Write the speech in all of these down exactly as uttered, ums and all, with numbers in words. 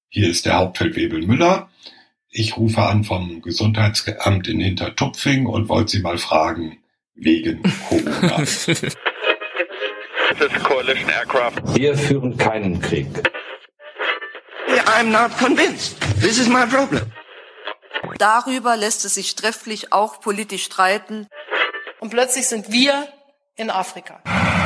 Hier ist der Hauptfeldwebel Müller. Ich rufe an vom Gesundheitsamt in Hintertupfing und wollte Sie mal fragen, wegen Corona. Wir führen keinen Krieg. I'm not convinced. This is my problem. Darüber lässt es sich trefflich auch politisch streiten. Und plötzlich sind wir in Afrika.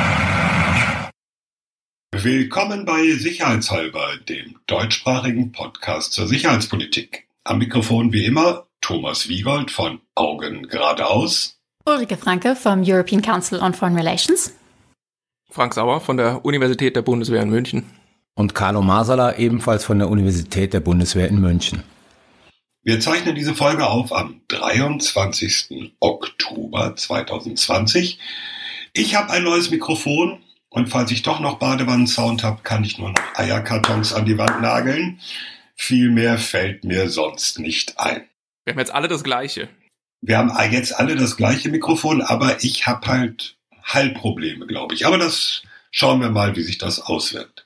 Willkommen bei Sicherheitshalber, dem deutschsprachigen Podcast zur Sicherheitspolitik. Am Mikrofon wie immer Thomas Wiegold von Augen geradeaus. Ulrike Franke vom European Council on Foreign Relations. Frank Sauer von der Universität der Bundeswehr in München. Und Carlo Masala ebenfalls von der Universität der Bundeswehr in München. Wir zeichnen diese Folge auf am dreiundzwanzigsten Oktober zweitausendzwanzig. Ich habe ein neues Mikrofon und falls ich doch noch Badewannensound habe, kann ich nur noch Eierkartons an die Wand nageln. Viel mehr fällt mir sonst nicht ein. Wir haben jetzt alle das Gleiche. Wir haben jetzt alle das gleiche Mikrofon, aber ich habe halt Hallprobleme, glaube ich. Aber das schauen wir mal, wie sich das auswirkt.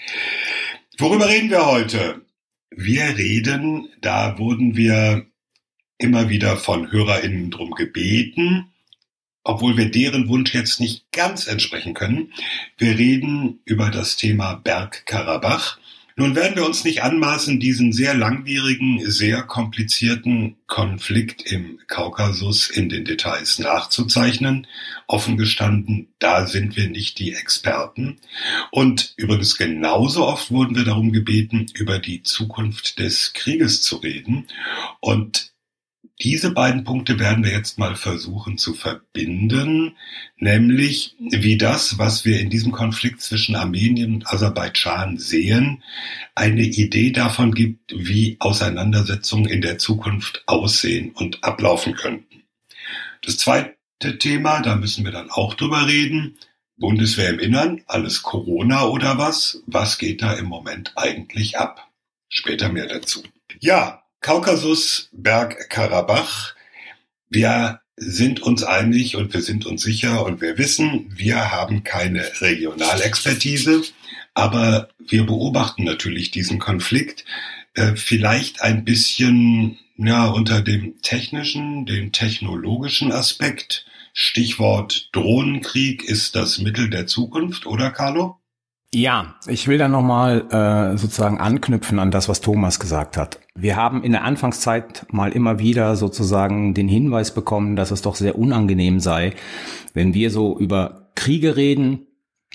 Worüber reden wir heute? Wir reden, da wurden wir immer wieder von HörerInnen drum gebeten, obwohl wir deren Wunsch jetzt nicht ganz entsprechen können. Wir reden über das Thema Bergkarabach. Nun werden wir uns nicht anmaßen, diesen sehr langwierigen, sehr komplizierten Konflikt im Kaukasus in den Details nachzuzeichnen. Offen gestanden, da sind wir nicht die Experten. Und übrigens genauso oft wurden wir darum gebeten, über die Zukunft des Krieges zu reden. Und diese beiden Punkte werden wir jetzt mal versuchen zu verbinden, nämlich wie das, was wir in diesem Konflikt zwischen Armenien und Aserbaidschan sehen, eine Idee davon gibt, wie Auseinandersetzungen in der Zukunft aussehen und ablaufen könnten. Das zweite Thema, da müssen wir dann auch drüber reden, Bundeswehr im Innern, alles Corona oder was? Was geht da im Moment eigentlich ab? Später mehr dazu. Ja, Kaukasus, Bergkarabach. Wir sind uns einig und wir sind uns sicher und wir wissen, wir haben keine Regionalexpertise, aber wir beobachten natürlich diesen Konflikt äh, vielleicht ein bisschen ja, unter dem technischen, dem technologischen Aspekt. Stichwort Drohnenkrieg ist das Mittel der Zukunft, oder Carlo? Ja, ich will da nochmal äh, sozusagen anknüpfen an das, was Thomas gesagt hat. Wir haben in der Anfangszeit mal immer wieder sozusagen den Hinweis bekommen, dass es doch sehr unangenehm sei, wenn wir so über Kriege reden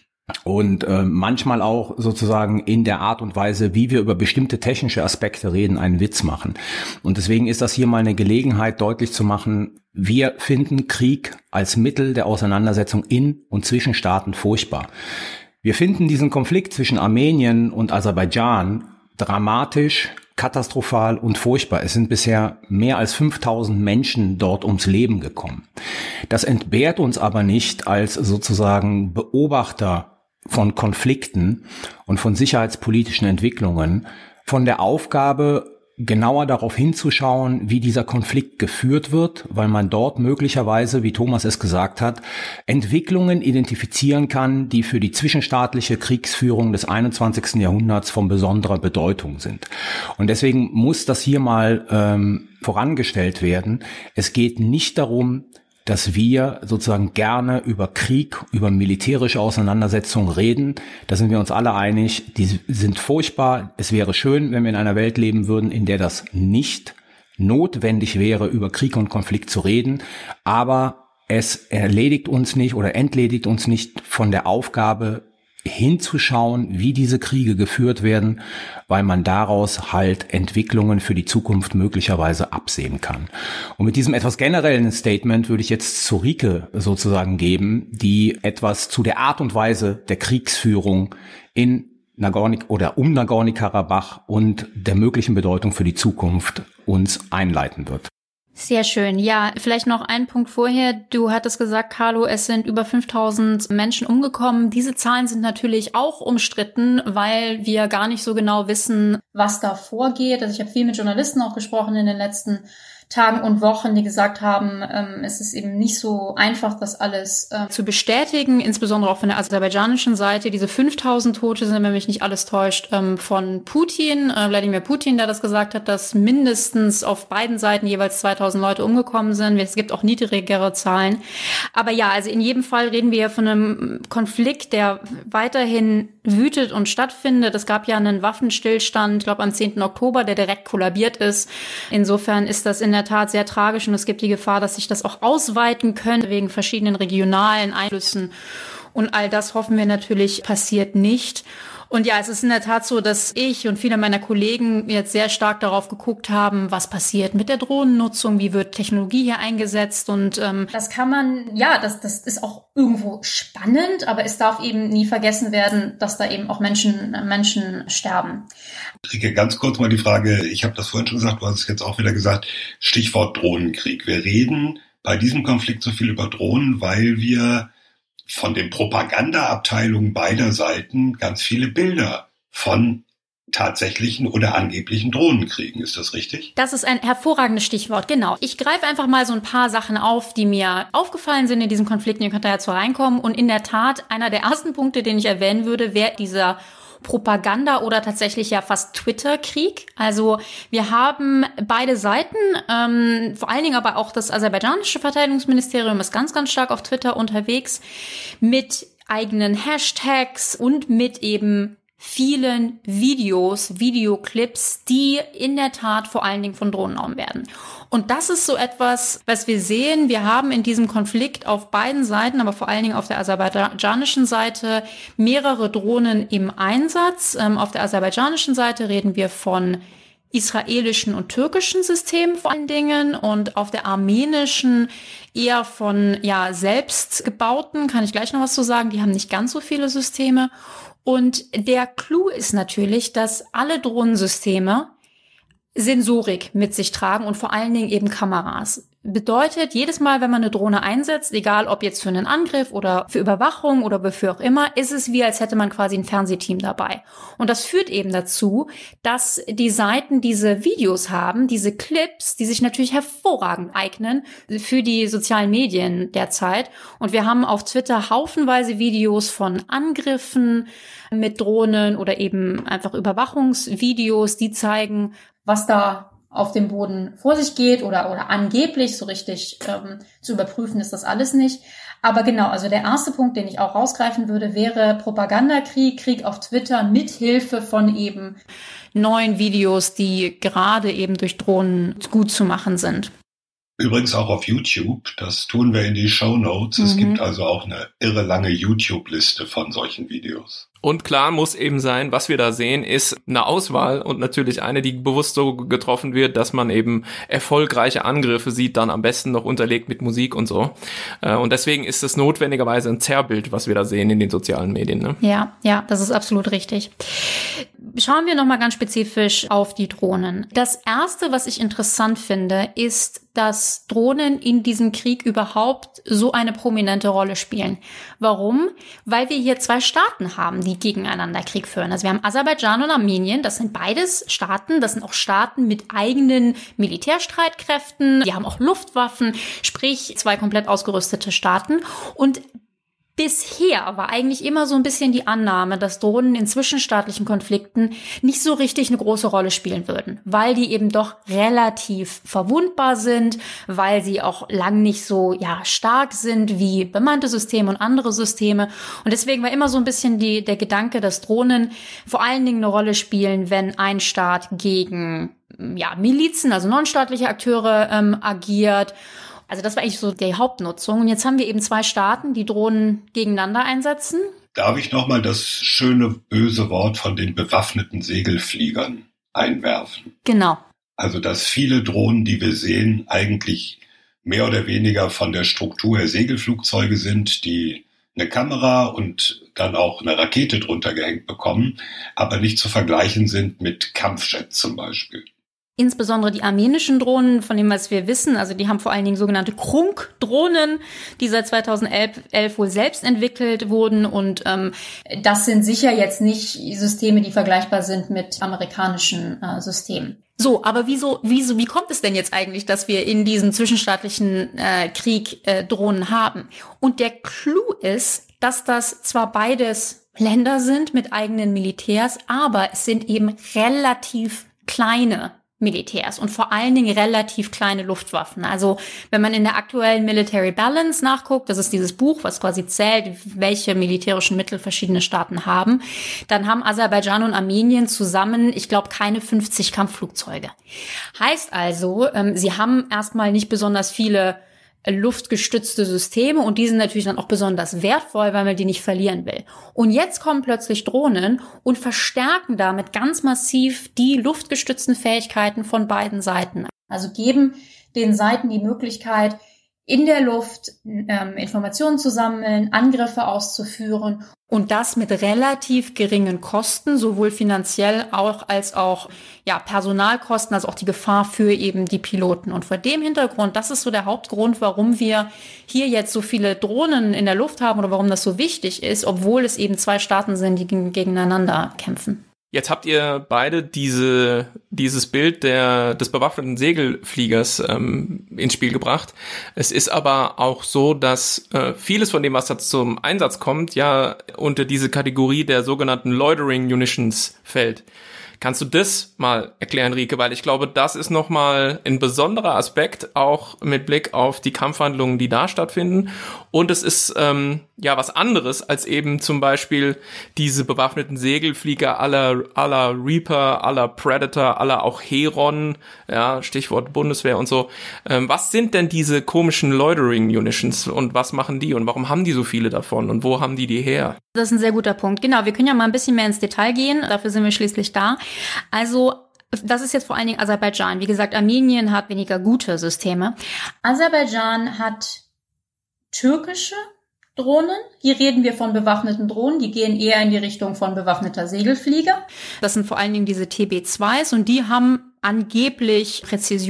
und äh, manchmal auch sozusagen in der Art und Weise, wie wir über bestimmte technische Aspekte reden, einen Witz machen. Und deswegen ist das hier mal eine Gelegenheit, deutlich zu machen, wir finden Krieg als Mittel der Auseinandersetzung in und zwischen Staaten furchtbar. Wir finden diesen Konflikt zwischen Armenien und Aserbaidschan dramatisch, katastrophal und furchtbar. Es sind bisher mehr als fünftausend Menschen dort ums Leben gekommen. Das entbehrt uns aber nicht als sozusagen Beobachter von Konflikten und von sicherheitspolitischen Entwicklungen von der Aufgabe, genauer darauf hinzuschauen, wie dieser Konflikt geführt wird, weil man dort möglicherweise, wie Thomas es gesagt hat, Entwicklungen identifizieren kann, die für die zwischenstaatliche Kriegsführung des einundzwanzigsten Jahrhunderts von besonderer Bedeutung sind. Und deswegen muss das hier mal ähm, vorangestellt werden. Es geht nicht darum, dass wir sozusagen gerne über Krieg, über militärische Auseinandersetzungen reden. Da sind wir uns alle einig, die sind furchtbar. Es wäre schön, wenn wir in einer Welt leben würden, in der das nicht notwendig wäre, über Krieg und Konflikt zu reden. Aber es erledigt uns nicht oder entledigt uns nicht von der Aufgabe, hinzuschauen, wie diese Kriege geführt werden, weil man daraus halt Entwicklungen für die Zukunft möglicherweise absehen kann. Und mit diesem etwas generellen Statement würde ich jetzt zu Rike sozusagen geben, die etwas zu der Art und Weise der Kriegsführung in Nagorny oder um Nagorny-Karabach und der möglichen Bedeutung für die Zukunft uns einleiten wird. Sehr schön. Ja, vielleicht noch ein Punkt vorher. Du hattest gesagt, Carlo, es sind über fünftausend Menschen umgekommen. Diese Zahlen sind natürlich auch umstritten, weil wir gar nicht so genau wissen, was da vorgeht. Also ich habe viel mit Journalisten auch gesprochen in den letzten Tagen und Wochen, die gesagt haben, ähm, es ist eben nicht so einfach, das alles äh, zu bestätigen, insbesondere auch von der aserbaidschanischen Seite. Diese fünftausend Tote sind, wenn mich nicht alles täuscht, ähm, von Putin, äh, Wladimir Putin, der das gesagt hat, dass mindestens auf beiden Seiten jeweils zweitausend Leute umgekommen sind. Es gibt auch niedrigere Zahlen. Aber ja, also in jedem Fall reden wir ja von einem Konflikt, der weiterhin wütet und stattfindet. Es gab ja einen Waffenstillstand, ich glaube am zehnten Oktober, der direkt kollabiert ist. Insofern ist das in der Tat sehr tragisch und es gibt die Gefahr, dass sich das auch ausweiten könnte wegen verschiedenen regionalen Einflüssen. Und all das hoffen wir natürlich passiert nicht. Und ja, es ist in der Tat so, dass ich und viele meiner Kollegen jetzt sehr stark darauf geguckt haben, was passiert mit der Drohnennutzung, wie wird Technologie hier eingesetzt. Und ähm, das kann man, ja, das, das ist auch irgendwo spannend, aber es darf eben nie vergessen werden, dass da eben auch Menschen, Menschen sterben. Rike, ganz kurz mal die Frage, ich habe das vorhin schon gesagt, du hast es jetzt auch wieder gesagt, Stichwort Drohnenkrieg. Wir reden bei diesem Konflikt so viel über Drohnen, weil wir von den Propagandaabteilungen beider Seiten ganz viele Bilder von tatsächlichen oder angeblichen Drohnenkriegen. Ist das richtig? Das ist ein hervorragendes Stichwort, genau. Ich greife einfach mal so ein paar Sachen auf, die mir aufgefallen sind in diesem Konflikt. Ihr könnt da ja zu reinkommen. Und in der Tat, einer der ersten Punkte, den ich erwähnen würde, wäre dieser Propaganda- oder tatsächlich ja fast Twitter-Krieg. Also wir haben beide Seiten, ähm, vor allen Dingen aber auch das aserbaidschanische Verteidigungsministerium ist ganz, ganz stark auf Twitter unterwegs mit eigenen Hashtags und mit eben vielen Videos, Videoclips, die in der Tat vor allen Dingen von Drohnen genommen werden. Und das ist so etwas, was wir sehen. Wir haben in diesem Konflikt auf beiden Seiten, aber vor allen Dingen auf der aserbaidschanischen Seite, mehrere Drohnen im Einsatz. Ähm, auf der aserbaidschanischen Seite reden wir von israelischen und türkischen Systemen vor allen Dingen und auf der armenischen eher von ja selbst gebauten, kann ich gleich noch was zu sagen, die haben nicht ganz so viele Systeme. Und der Clou ist natürlich, dass alle Drohnensysteme Sensorik mit sich tragen und vor allen Dingen eben Kameras. Bedeutet, jedes Mal, wenn man eine Drohne einsetzt, egal ob jetzt für einen Angriff oder für Überwachung oder wofür auch immer, ist es wie, als hätte man quasi ein Fernsehteam dabei. Und das führt eben dazu, dass die Seiten diese Videos haben, diese Clips, die sich natürlich hervorragend eignen für die sozialen Medien derzeit. Und wir haben auf Twitter haufenweise Videos von Angriffen mit Drohnen oder eben einfach Überwachungsvideos, die zeigen, was da auf dem Boden vor sich geht oder oder angeblich, so richtig ähm, zu überprüfen ist das alles nicht. Aber genau, also der erste Punkt, den ich auch rausgreifen würde, wäre Propagandakrieg, Krieg auf Twitter mit Hilfe von eben neuen Videos, die gerade eben durch Drohnen gut zu machen sind. Übrigens auch auf YouTube, das tun wir in die Shownotes. Mhm. Es gibt also auch eine irre lange YouTube-Liste von solchen Videos. Und klar muss eben sein, was wir da sehen, ist eine Auswahl und natürlich eine, die bewusst so getroffen wird, dass man eben erfolgreiche Angriffe sieht, dann am besten noch unterlegt mit Musik und so. Und deswegen ist es notwendigerweise ein Zerrbild, was wir da sehen in den sozialen Medien. Ne? Ja, ja, das ist absolut richtig. Schauen wir nochmal ganz spezifisch auf die Drohnen. Das Erste, was ich interessant finde, ist, dass Drohnen in diesem Krieg überhaupt so eine prominente Rolle spielen. Warum? Weil wir hier zwei Staaten haben, die gegeneinander Krieg führen. Also wir haben Aserbaidschan und Armenien, das sind beides Staaten, das sind auch Staaten mit eigenen Militärstreitkräften, die haben auch Luftwaffen, sprich zwei komplett ausgerüstete Staaten. Und bisher war eigentlich immer so ein bisschen die Annahme, dass Drohnen in zwischenstaatlichen Konflikten nicht so richtig eine große Rolle spielen würden, weil die eben doch relativ verwundbar sind, weil sie auch lang nicht so ja stark sind wie bemannte Systeme und andere Systeme. Und deswegen war immer so ein bisschen die, der Gedanke, dass Drohnen vor allen Dingen eine Rolle spielen, wenn ein Staat gegen ja Milizen, also nonstaatliche Akteure ähm, agiert. Also das war eigentlich so die Hauptnutzung. Und jetzt haben wir eben zwei Staaten, die Drohnen gegeneinander einsetzen. Darf ich nochmal das schöne, böse Wort von den bewaffneten Segelfliegern einwerfen? Genau. Also dass viele Drohnen, die wir sehen, eigentlich mehr oder weniger von der Struktur her Segelflugzeuge sind, die eine Kamera und dann auch eine Rakete drunter gehängt bekommen, aber nicht zu vergleichen sind mit Kampfjets zum Beispiel. Insbesondere die armenischen Drohnen, von dem was wir wissen, also die haben vor allen Dingen sogenannte Krunk-Drohnen, die seit zweitausendelf wohl selbst entwickelt wurden. Und ähm, das sind sicher jetzt nicht Systeme, die vergleichbar sind mit amerikanischen äh, Systemen. So, aber wieso, wieso, wie kommt es denn jetzt eigentlich, dass wir in diesem zwischenstaatlichen äh, Krieg äh, Drohnen haben? Und der Clou ist, dass das zwar beides Länder sind mit eigenen Militärs, aber es sind eben relativ kleine Militärs und vor allen Dingen relativ kleine Luftwaffen. Also wenn man in der aktuellen Military Balance nachguckt, das ist dieses Buch, was quasi zählt, welche militärischen Mittel verschiedene Staaten haben, dann haben Aserbaidschan und Armenien zusammen, ich glaube, keine fünfzig Kampfflugzeuge. Heißt also, ähm, sie haben erstmal nicht besonders viele luftgestützte Systeme und die sind natürlich dann auch besonders wertvoll, weil man die nicht verlieren will. Und jetzt kommen plötzlich Drohnen und verstärken damit ganz massiv die luftgestützten Fähigkeiten von beiden Seiten. Also geben den Seiten die Möglichkeit, in der Luft ähm, Informationen zu sammeln, Angriffe auszuführen und das mit relativ geringen Kosten, sowohl finanziell auch als auch ja Personalkosten, also auch die Gefahr für eben die Piloten. Und vor dem Hintergrund, das ist so der Hauptgrund, warum wir hier jetzt so viele Drohnen in der Luft haben oder warum das so wichtig ist, obwohl es eben zwei Staaten sind, die gegeneinander kämpfen. Jetzt habt ihr beide diese dieses Bild der des bewaffneten Segelfliegers ähm, ins Spiel gebracht. Es ist aber auch so, dass äh, vieles von dem, was da zum Einsatz kommt, ja unter diese Kategorie der sogenannten Loitering Munitions fällt. Kannst du das mal erklären, Rike? Weil ich glaube, das ist nochmal ein besonderer Aspekt, auch mit Blick auf die Kampfhandlungen, die da stattfinden. Und es ist ähm, ja was anderes als eben zum Beispiel diese bewaffneten Segelflieger aller aller Reaper, aller Predator, aller auch Heron, ja, Stichwort Bundeswehr und so. Ähm, was sind denn diese komischen Loitering Munitions und was machen die und warum haben die so viele davon und wo haben die die her? Das ist ein sehr guter Punkt. Genau, wir können ja mal ein bisschen mehr ins Detail gehen. Dafür sind wir schließlich da. Also, das ist jetzt vor allen Dingen Aserbaidschan. Wie gesagt, Armenien hat weniger gute Systeme. Aserbaidschan hat türkische Drohnen. Hier reden wir von bewaffneten Drohnen. Die gehen eher in die Richtung von bewaffneter Segelflieger. Das sind vor allen Dingen diese T B zweis und die haben angeblich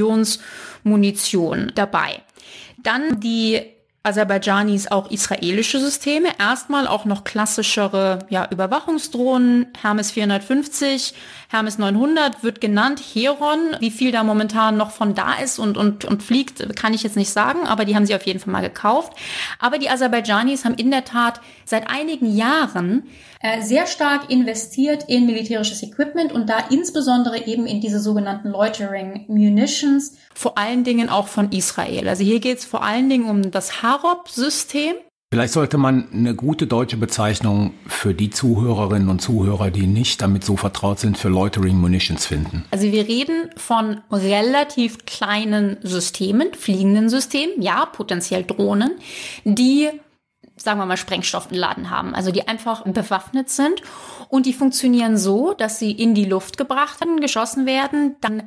Präzisionsmunition dabei. Dann die Aserbaidschanis auch israelische Systeme, erstmal auch noch klassischere ja, Überwachungsdrohnen, Hermes vierhundertfünfzig, Hermes neunhundert wird genannt, Heron, wie viel da momentan noch von da ist und, und, und fliegt, kann ich jetzt nicht sagen, aber die haben sie auf jeden Fall mal gekauft. Aber die Aserbaidschanis haben in der Tat seit einigen Jahren äh, sehr stark investiert in militärisches Equipment und da insbesondere eben in diese sogenannten Loitering Munitions, vor allen Dingen auch von Israel. Also hier geht es vor allen Dingen um das Harop-System. Vielleicht sollte man eine gute deutsche Bezeichnung für die Zuhörerinnen und Zuhörer, die nicht damit so vertraut sind, für Loitering Munitions finden. Also wir reden von relativ kleinen Systemen, fliegenden Systemen, ja, potenziell Drohnen, die, sagen wir mal, Sprengstoff entladen haben, also die einfach bewaffnet sind und die funktionieren so, dass sie in die Luft gebracht werden, geschossen werden, dann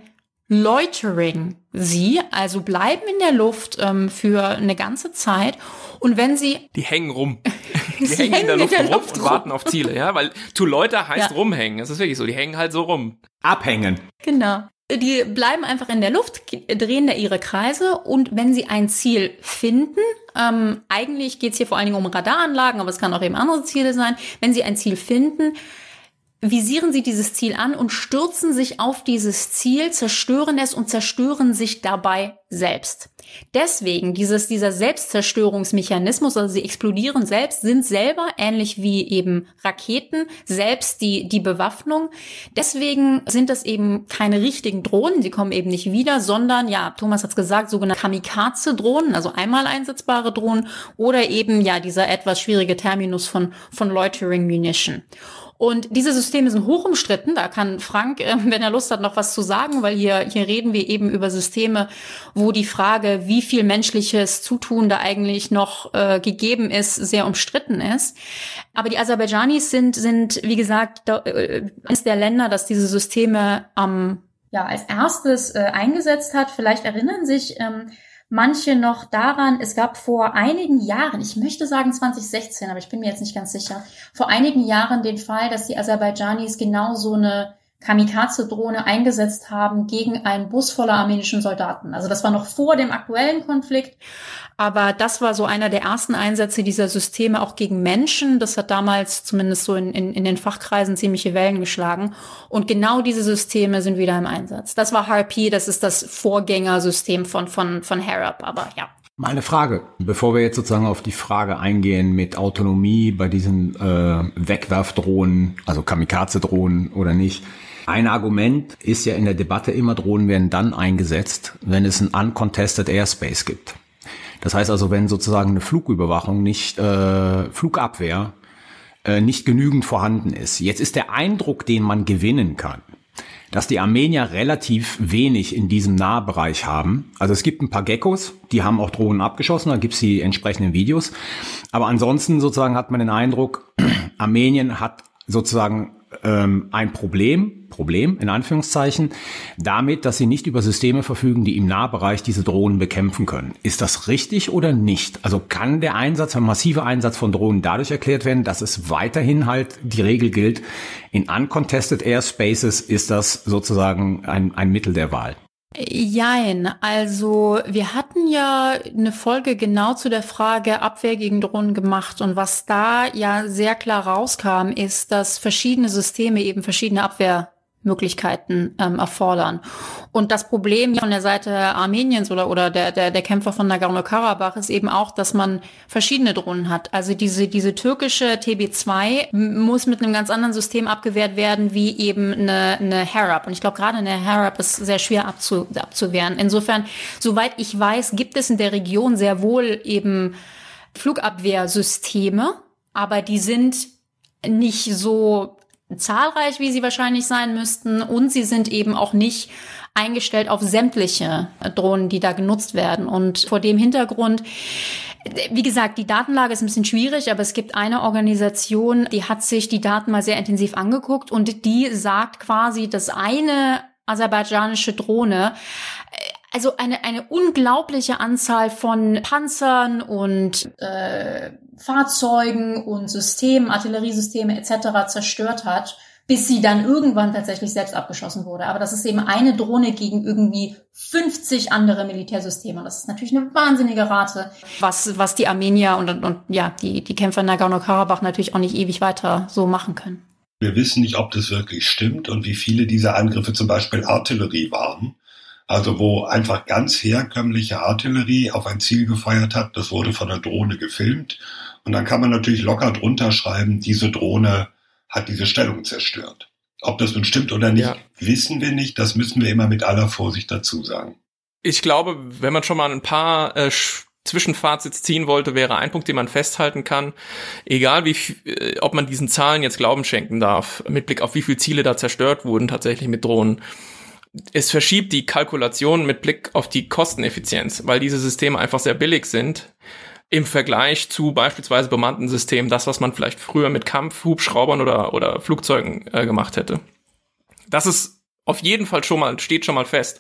Loitering sie, also bleiben in der Luft ähm, für eine ganze Zeit und wenn sie... Die hängen rum. Die hängen in der Luft, in der rum Luft und warten auf Ziele, ja, weil to loiter heißt ja. rumhängen, das ist wirklich so, die hängen halt so rum. Abhängen. Genau. Die bleiben einfach in der Luft, drehen da ihre Kreise und wenn sie ein Ziel finden, ähm, eigentlich geht es hier vor allen Dingen um Radaranlagen, aber es kann auch eben andere Ziele sein, wenn sie ein Ziel finden, visieren sie dieses Ziel an und stürzen sich auf dieses Ziel, zerstören es und zerstören sich dabei selbst. Deswegen dieses, dieser Selbstzerstörungsmechanismus, also sie explodieren selbst, sind selber, ähnlich wie eben Raketen, selbst die, die Bewaffnung. Deswegen sind das eben keine richtigen Drohnen, sie kommen eben nicht wieder, sondern, ja, Thomas hat's gesagt, sogenannte Kamikaze-Drohnen, also einmal einsetzbare Drohnen oder eben, ja, dieser etwas schwierige Terminus von, von Loitering Munition. Und diese Systeme sind hoch umstritten. Da kann Frank, äh, wenn er Lust hat, noch was zu sagen, weil hier, hier reden wir eben über Systeme, wo die Frage, wie viel menschliches Zutun da eigentlich noch äh, gegeben ist, sehr umstritten ist. Aber die Aserbaidschanis sind, sind wie gesagt, da, äh, eines der Länder, das diese Systeme ähm, ja, als erstes äh, eingesetzt hat. Vielleicht erinnern sich ähm, manche noch daran, es gab vor einigen Jahren, ich möchte sagen zwanzig sechzehn, aber ich bin mir jetzt nicht ganz sicher, vor einigen Jahren den Fall, dass die Aserbaidschanis genau so eine Kamikaze-Drohne eingesetzt haben gegen einen Bus voller armenischen Soldaten. Also das war noch vor dem aktuellen Konflikt, Aber das war so einer der ersten Einsätze dieser Systeme auch gegen Menschen. Das hat damals zumindest so in, in, in den Fachkreisen ziemliche Wellen geschlagen. Und genau diese Systeme sind wieder im Einsatz. Das war H A R P, das ist das Vorgängersystem von, von, von Harop, aber ja. Mal eine Frage, bevor wir jetzt sozusagen auf die Frage eingehen mit Autonomie bei diesen äh, Wegwerfdrohnen, also Kamikaze-Drohnen oder nicht. Ein Argument ist ja in der Debatte immer, Drohnen werden dann eingesetzt, wenn es ein uncontested Airspace gibt. Das heißt also, wenn sozusagen eine Flugüberwachung nicht, äh, Flugabwehr äh, nicht genügend vorhanden ist. Jetzt ist der Eindruck, den man gewinnen kann, dass die Armenier relativ wenig in diesem Nahbereich haben. Also es gibt ein paar Geckos, die haben auch Drohnen abgeschossen, da gibt's die entsprechenden Videos. Aber ansonsten sozusagen hat man den Eindruck, Armenien hat sozusagen ähm, ein Problem, Problem in Anführungszeichen, damit, dass sie nicht über Systeme verfügen, die im Nahbereich diese Drohnen bekämpfen können. Ist das richtig oder nicht? Also kann der Einsatz, der massive Einsatz von Drohnen dadurch erklärt werden, dass es weiterhin halt die Regel gilt, in uncontested Airspaces ist das sozusagen ein, ein Mittel der Wahl? Jein, also wir hatten ja eine Folge genau zu der Frage Abwehr gegen Drohnen gemacht und was da ja sehr klar rauskam, ist, dass verschiedene Systeme eben verschiedene Abwehrmöglichkeiten ähm, erfordern. Und das Problem von der Seite Armeniens oder oder der der der Kämpfer von Nagorno-Karabach ist eben auch, dass man verschiedene Drohnen hat. Also diese diese türkische T B zwei muss mit einem ganz anderen System abgewehrt werden wie eben eine eine Harop. Und ich glaube, gerade eine Harop ist sehr schwer abzu, abzuwehren. Insofern, soweit ich weiß, gibt es in der Region sehr wohl eben Flugabwehrsysteme, aber die sind nicht so zahlreich, wie sie wahrscheinlich sein müssten. Und sie sind eben auch nicht eingestellt auf sämtliche Drohnen, die da genutzt werden. Und vor dem Hintergrund, wie gesagt, die Datenlage ist ein bisschen schwierig, aber es gibt eine Organisation, die hat sich die Daten mal sehr intensiv angeguckt und die sagt quasi, dass eine aserbaidschanische Drohne also eine eine unglaubliche Anzahl von Panzern und äh, Fahrzeugen und Systemen, Artilleriesysteme et cetera zerstört hat, bis sie dann irgendwann tatsächlich selbst abgeschossen wurde. Aber das ist eben eine Drohne gegen irgendwie fünfzig andere Militärsysteme. Das ist natürlich eine wahnsinnige Rate, was was die Armenier und und, und ja die die Kämpfer in Nagorno-Karabach natürlich auch nicht ewig weiter so machen können. Wir wissen nicht, ob das wirklich stimmt und wie viele dieser Angriffe zum Beispiel Artillerie waren. Also wo einfach ganz herkömmliche Artillerie auf ein Ziel gefeuert hat, das wurde von der Drohne gefilmt. Und dann kann man natürlich locker drunter schreiben, diese Drohne hat diese Stellung zerstört. Ob das nun stimmt oder nicht, ja, wissen wir nicht. Das müssen wir immer mit aller Vorsicht dazu sagen. Ich glaube, wenn man schon mal ein paar äh, Zwischenfazits ziehen wollte, wäre ein Punkt, den man festhalten kann. Egal, wie, äh, ob man diesen Zahlen jetzt Glauben schenken darf, mit Blick auf wie viele Ziele da zerstört wurden, tatsächlich mit Drohnen. Es verschiebt die Kalkulation mit Blick auf die Kosteneffizienz, weil diese Systeme einfach sehr billig sind im Vergleich zu beispielsweise bemannten Systemen, das, was man vielleicht früher mit Kampfhubschraubern oder, oder Flugzeugen äh, gemacht hätte. Das ist auf jeden Fall schon mal, steht schon mal fest.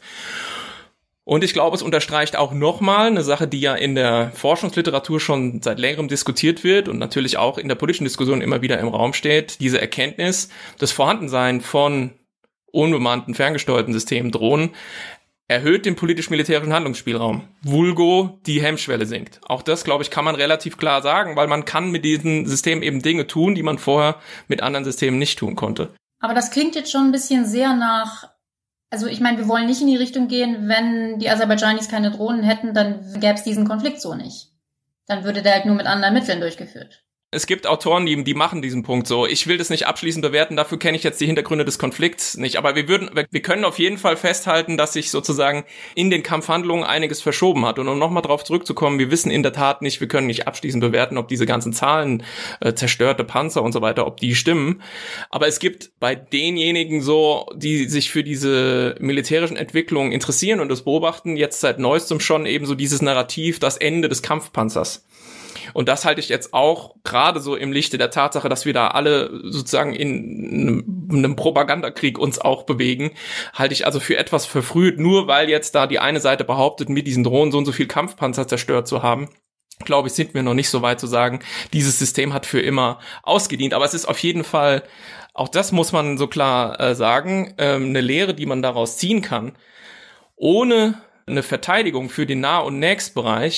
Und ich glaube, es unterstreicht auch nochmal eine Sache, die ja in der Forschungsliteratur schon seit längerem diskutiert wird und natürlich auch in der politischen Diskussion immer wieder im Raum steht, diese Erkenntnis, das Vorhandensein von unbemannten, ferngesteuerten Systemen, Drohnen, erhöht den politisch-militärischen Handlungsspielraum. Vulgo, die Hemmschwelle sinkt. Auch das, glaube ich, kann man relativ klar sagen, weil man kann mit diesen Systemen eben Dinge tun, die man vorher mit anderen Systemen nicht tun konnte. Aber das klingt jetzt schon ein bisschen sehr nach, also ich meine, wir wollen nicht in die Richtung gehen, wenn die Aserbaidschanis keine Drohnen hätten, dann gäbe es diesen Konflikt so nicht. Dann würde der halt nur mit anderen Mitteln durchgeführt. Es gibt Autoren, die, die machen diesen Punkt so. Ich will das nicht abschließend bewerten, dafür kenne ich jetzt die Hintergründe des Konflikts nicht. Aber wir würden, wir können auf jeden Fall festhalten, dass sich sozusagen in den Kampfhandlungen einiges verschoben hat. Und um nochmal drauf zurückzukommen, wir wissen in der Tat nicht, wir können nicht abschließend bewerten, ob diese ganzen Zahlen, äh, zerstörte Panzer und so weiter, ob die stimmen. Aber es gibt bei denjenigen so, die sich für diese militärischen Entwicklungen interessieren und das beobachten, jetzt seit neuestem schon eben so dieses Narrativ, das Ende des Kampfpanzers. Und das halte ich jetzt auch gerade so im Lichte der Tatsache, dass wir da alle sozusagen in einem Propagandakrieg uns auch bewegen, halte ich also für etwas verfrüht, nur weil jetzt da die eine Seite behauptet, mit diesen Drohnen so und so viel Kampfpanzer zerstört zu haben. Glaube ich, sind wir noch nicht so weit zu sagen, dieses System hat für immer ausgedient. Aber es ist auf jeden Fall, auch das muss man so klar äh, sagen, äh, eine Lehre, die man daraus ziehen kann. Ohne eine Verteidigung für den Nah- und Nächstbereich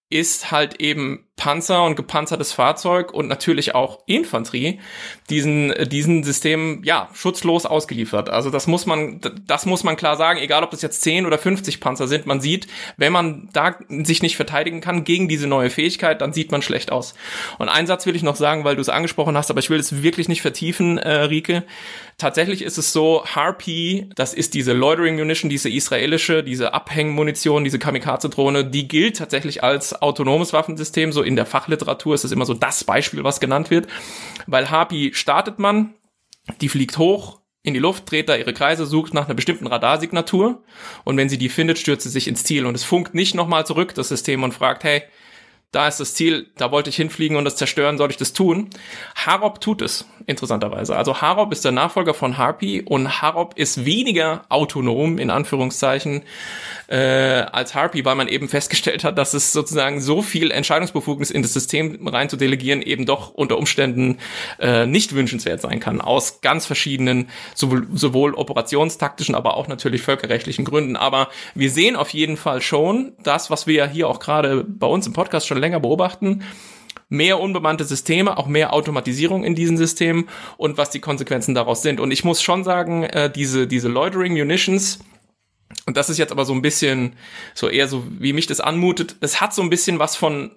ist halt eben Panzer und gepanzertes Fahrzeug und natürlich auch Infanterie diesen diesen Systemen ja schutzlos ausgeliefert. Also das muss man das muss man klar sagen, egal ob das jetzt zehn oder fünfzig Panzer sind, man sieht, wenn man da sich nicht verteidigen kann gegen diese neue Fähigkeit, dann sieht man schlecht aus. Und einen Satz will ich noch sagen, weil du es angesprochen hast, aber ich will es wirklich nicht vertiefen, äh, Rike. Tatsächlich ist es so, Harpy, das ist diese Loitering Munition, diese israelische, diese Abhängmunition, diese Kamikaze-Drohne, die gilt tatsächlich als autonomes Waffensystem. So in der Fachliteratur ist es immer so das Beispiel, was genannt wird. Weil Harpy startet man, die fliegt hoch in die Luft, dreht da ihre Kreise, sucht nach einer bestimmten Radarsignatur und wenn sie die findet, stürzt sie sich ins Ziel. Und es funkt nicht nochmal zurück, das System, und fragt, hey, da ist das Ziel, da wollte ich hinfliegen und das zerstören, soll ich das tun? Harop tut es, interessanterweise. Also Harop ist der Nachfolger von Harpy und Harop ist weniger autonom, in Anführungszeichen, äh, als Harpy, weil man eben festgestellt hat, dass es sozusagen so viel Entscheidungsbefugnis in das System rein zu delegieren eben doch unter Umständen äh, nicht wünschenswert sein kann, aus ganz verschiedenen, sowohl, sowohl operationstaktischen, aber auch natürlich völkerrechtlichen Gründen. Aber wir sehen auf jeden Fall schon das, was wir ja hier auch gerade bei uns im Podcast schon länger beobachten, mehr unbemannte Systeme, auch mehr Automatisierung in diesen Systemen und was die Konsequenzen daraus sind. Und ich muss schon sagen, äh, diese diese Loitering Munitions, und das ist jetzt aber so ein bisschen so eher so, wie mich das anmutet, es hat so ein bisschen was von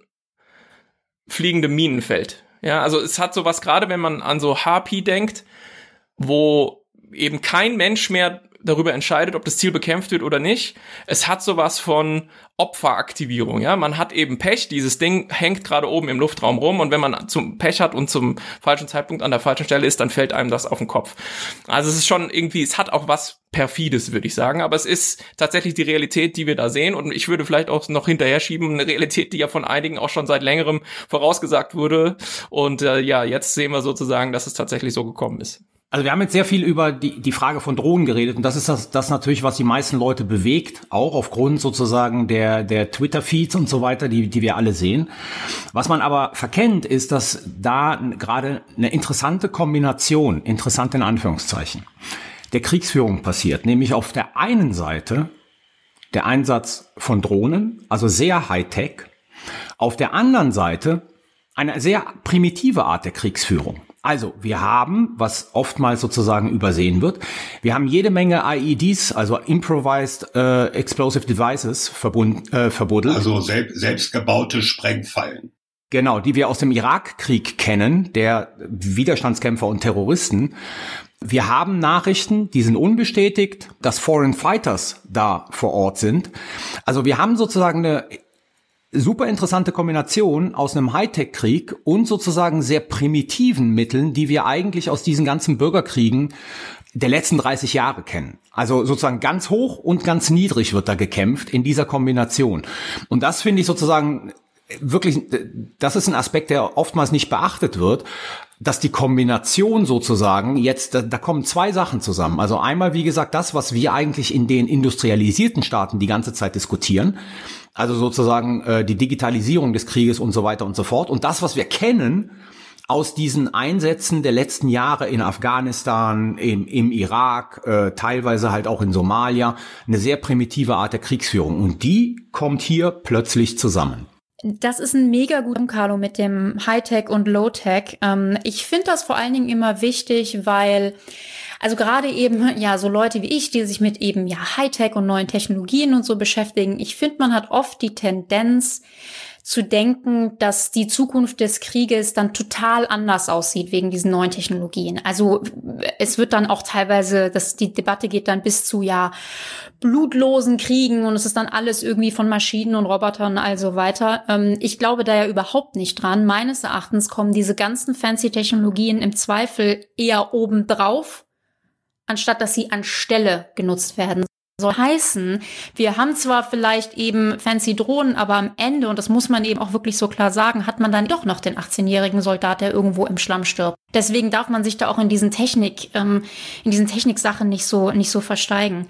fliegendem Minenfeld. Ja, also es hat so was, gerade wenn man an so Harpy denkt, wo eben kein Mensch mehr darüber entscheidet, ob das Ziel bekämpft wird oder nicht. Es hat sowas von Opferaktivierung, ja. Man hat eben Pech, dieses Ding hängt gerade oben im Luftraum rum und wenn man zum Pech hat und zum falschen Zeitpunkt an der falschen Stelle ist, dann fällt einem das auf den Kopf. Also es ist schon irgendwie, es hat auch was Perfides, würde ich sagen, aber es ist tatsächlich die Realität, die wir da sehen und ich würde vielleicht auch noch hinterher schieben, eine Realität, die ja von einigen auch schon seit längerem vorausgesagt wurde und äh, ja, jetzt sehen wir sozusagen, dass es tatsächlich so gekommen ist. Also wir haben jetzt sehr viel über die, die Frage von Drohnen geredet und das ist das, das natürlich, was die meisten Leute bewegt, auch aufgrund sozusagen der, der Twitter-Feeds und so weiter, die, die wir alle sehen. Was man aber verkennt, ist, dass da gerade eine interessante Kombination, interessant in Anführungszeichen, der Kriegsführung passiert, nämlich auf der einen Seite der Einsatz von Drohnen, also sehr Hightech, auf der anderen Seite eine sehr primitive Art der Kriegsführung. Also, wir haben, was oftmals sozusagen übersehen wird, wir haben jede Menge I E Ds, also Improvised äh, Explosive Devices, verbund, äh, verbuddelt. Also selb, selbstgebaute Sprengfallen. Genau, die wir aus dem Irakkrieg kennen, der Widerstandskämpfer und Terroristen. Wir haben Nachrichten, die sind unbestätigt, dass Foreign Fighters da vor Ort sind. Also wir haben sozusagen eine super interessante Kombination aus einem Hightech-Krieg und sozusagen sehr primitiven Mitteln, die wir eigentlich aus diesen ganzen Bürgerkriegen der letzten dreißig Jahre kennen. Also sozusagen ganz hoch und ganz niedrig wird da gekämpft in dieser Kombination. Und das finde ich sozusagen wirklich, das ist ein Aspekt, der oftmals nicht beachtet wird, dass die Kombination sozusagen jetzt, da, da kommen zwei Sachen zusammen. Also einmal, wie gesagt, das, was wir eigentlich in den industrialisierten Staaten die ganze Zeit diskutieren, also sozusagen äh, die Digitalisierung des Krieges und so weiter und so fort. Und das, was wir kennen aus diesen Einsätzen der letzten Jahre in Afghanistan, im, im Irak, äh, teilweise halt auch in Somalia, eine sehr primitive Art der Kriegsführung. Und die kommt hier plötzlich zusammen. Das ist ein mega guter Carlo mit dem Hightech und Low-Tech. Ähm, ich finde das vor allen Dingen immer wichtig, weil also gerade eben, ja, so Leute wie ich, die sich mit eben, ja, Hightech und neuen Technologien und so beschäftigen, ich finde, man hat oft die Tendenz zu denken, dass die Zukunft des Krieges dann total anders aussieht wegen diesen neuen Technologien. Also es wird dann auch teilweise, dass die Debatte geht dann bis zu, ja, blutlosen Kriegen und es ist dann alles irgendwie von Maschinen und Robotern also weiter. Ähm, ich glaube da ja überhaupt nicht dran. Meines Erachtens kommen diese ganzen fancy Technologien im Zweifel eher obendrauf, anstatt dass sie anstelle genutzt werden. Soll heißen, wir haben zwar vielleicht eben fancy Drohnen, aber am Ende, und das muss man eben auch wirklich so klar sagen, hat man dann doch noch den achtzehnjährigen Soldat, der irgendwo im Schlamm stirbt. Deswegen darf man sich da auch in diesen Technik, ähm, in diesen Techniksachen nicht so, nicht so versteigen.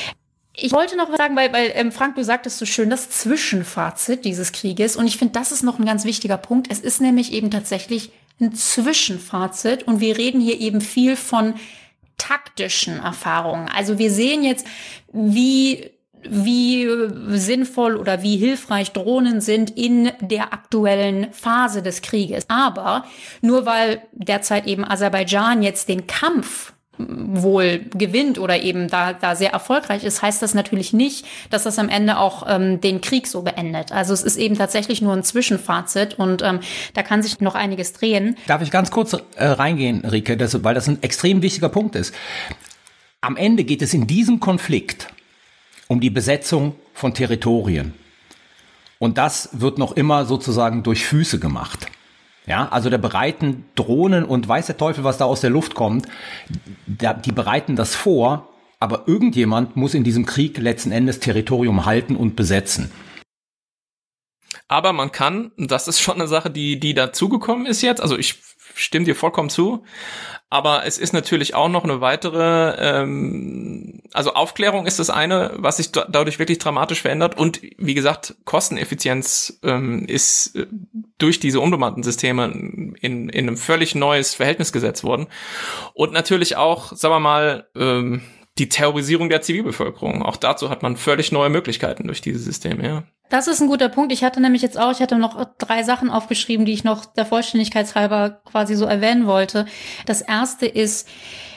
Ich wollte noch was sagen, weil, weil ähm, Frank, du sagtest so schön, das Zwischenfazit dieses Krieges. Und ich finde, das ist noch ein ganz wichtiger Punkt. Es ist nämlich eben tatsächlich ein Zwischenfazit. Und wir reden hier eben viel von taktischen Erfahrungen. Also wir sehen jetzt, wie wie sinnvoll oder wie hilfreich Drohnen sind in der aktuellen Phase des Krieges. Aber nur weil derzeit eben Aserbaidschan jetzt den Kampf wohl gewinnt oder eben da da sehr erfolgreich ist, heißt das natürlich nicht, dass das am Ende auch ähm, den Krieg so beendet. Also es ist eben tatsächlich nur ein Zwischenfazit und ähm, da kann sich noch einiges drehen. Darf ich ganz kurz äh, reingehen, Rike, das, weil das ein extrem wichtiger Punkt ist. Am Ende geht es in diesem Konflikt um die Besetzung von Territorien. Und das wird noch immer sozusagen durch Füße gemacht. Ja, also da bereiten Drohnen und weiß der Teufel, was da aus der Luft kommt, da, die bereiten das vor, aber irgendjemand muss in diesem Krieg letzten Endes Territorium halten und besetzen. Aber man kann, das ist schon eine Sache, die die dazugekommen ist jetzt, also ich stimme dir vollkommen zu, aber es ist natürlich auch noch eine weitere, ähm, also Aufklärung ist das eine, was sich da, dadurch wirklich dramatisch verändert und wie gesagt, Kosteneffizienz ähm, ist äh, durch diese unbemannten Systeme in, in einem völlig neues Verhältnis gesetzt worden und natürlich auch, sagen wir mal, ähm, die Terrorisierung der Zivilbevölkerung. Auch dazu hat man völlig neue Möglichkeiten durch diese Systeme, ja. Das ist ein guter Punkt. Ich hatte nämlich jetzt auch, ich hatte noch drei Sachen aufgeschrieben, die ich noch der Vollständigkeit halber quasi so erwähnen wollte. Das erste ist,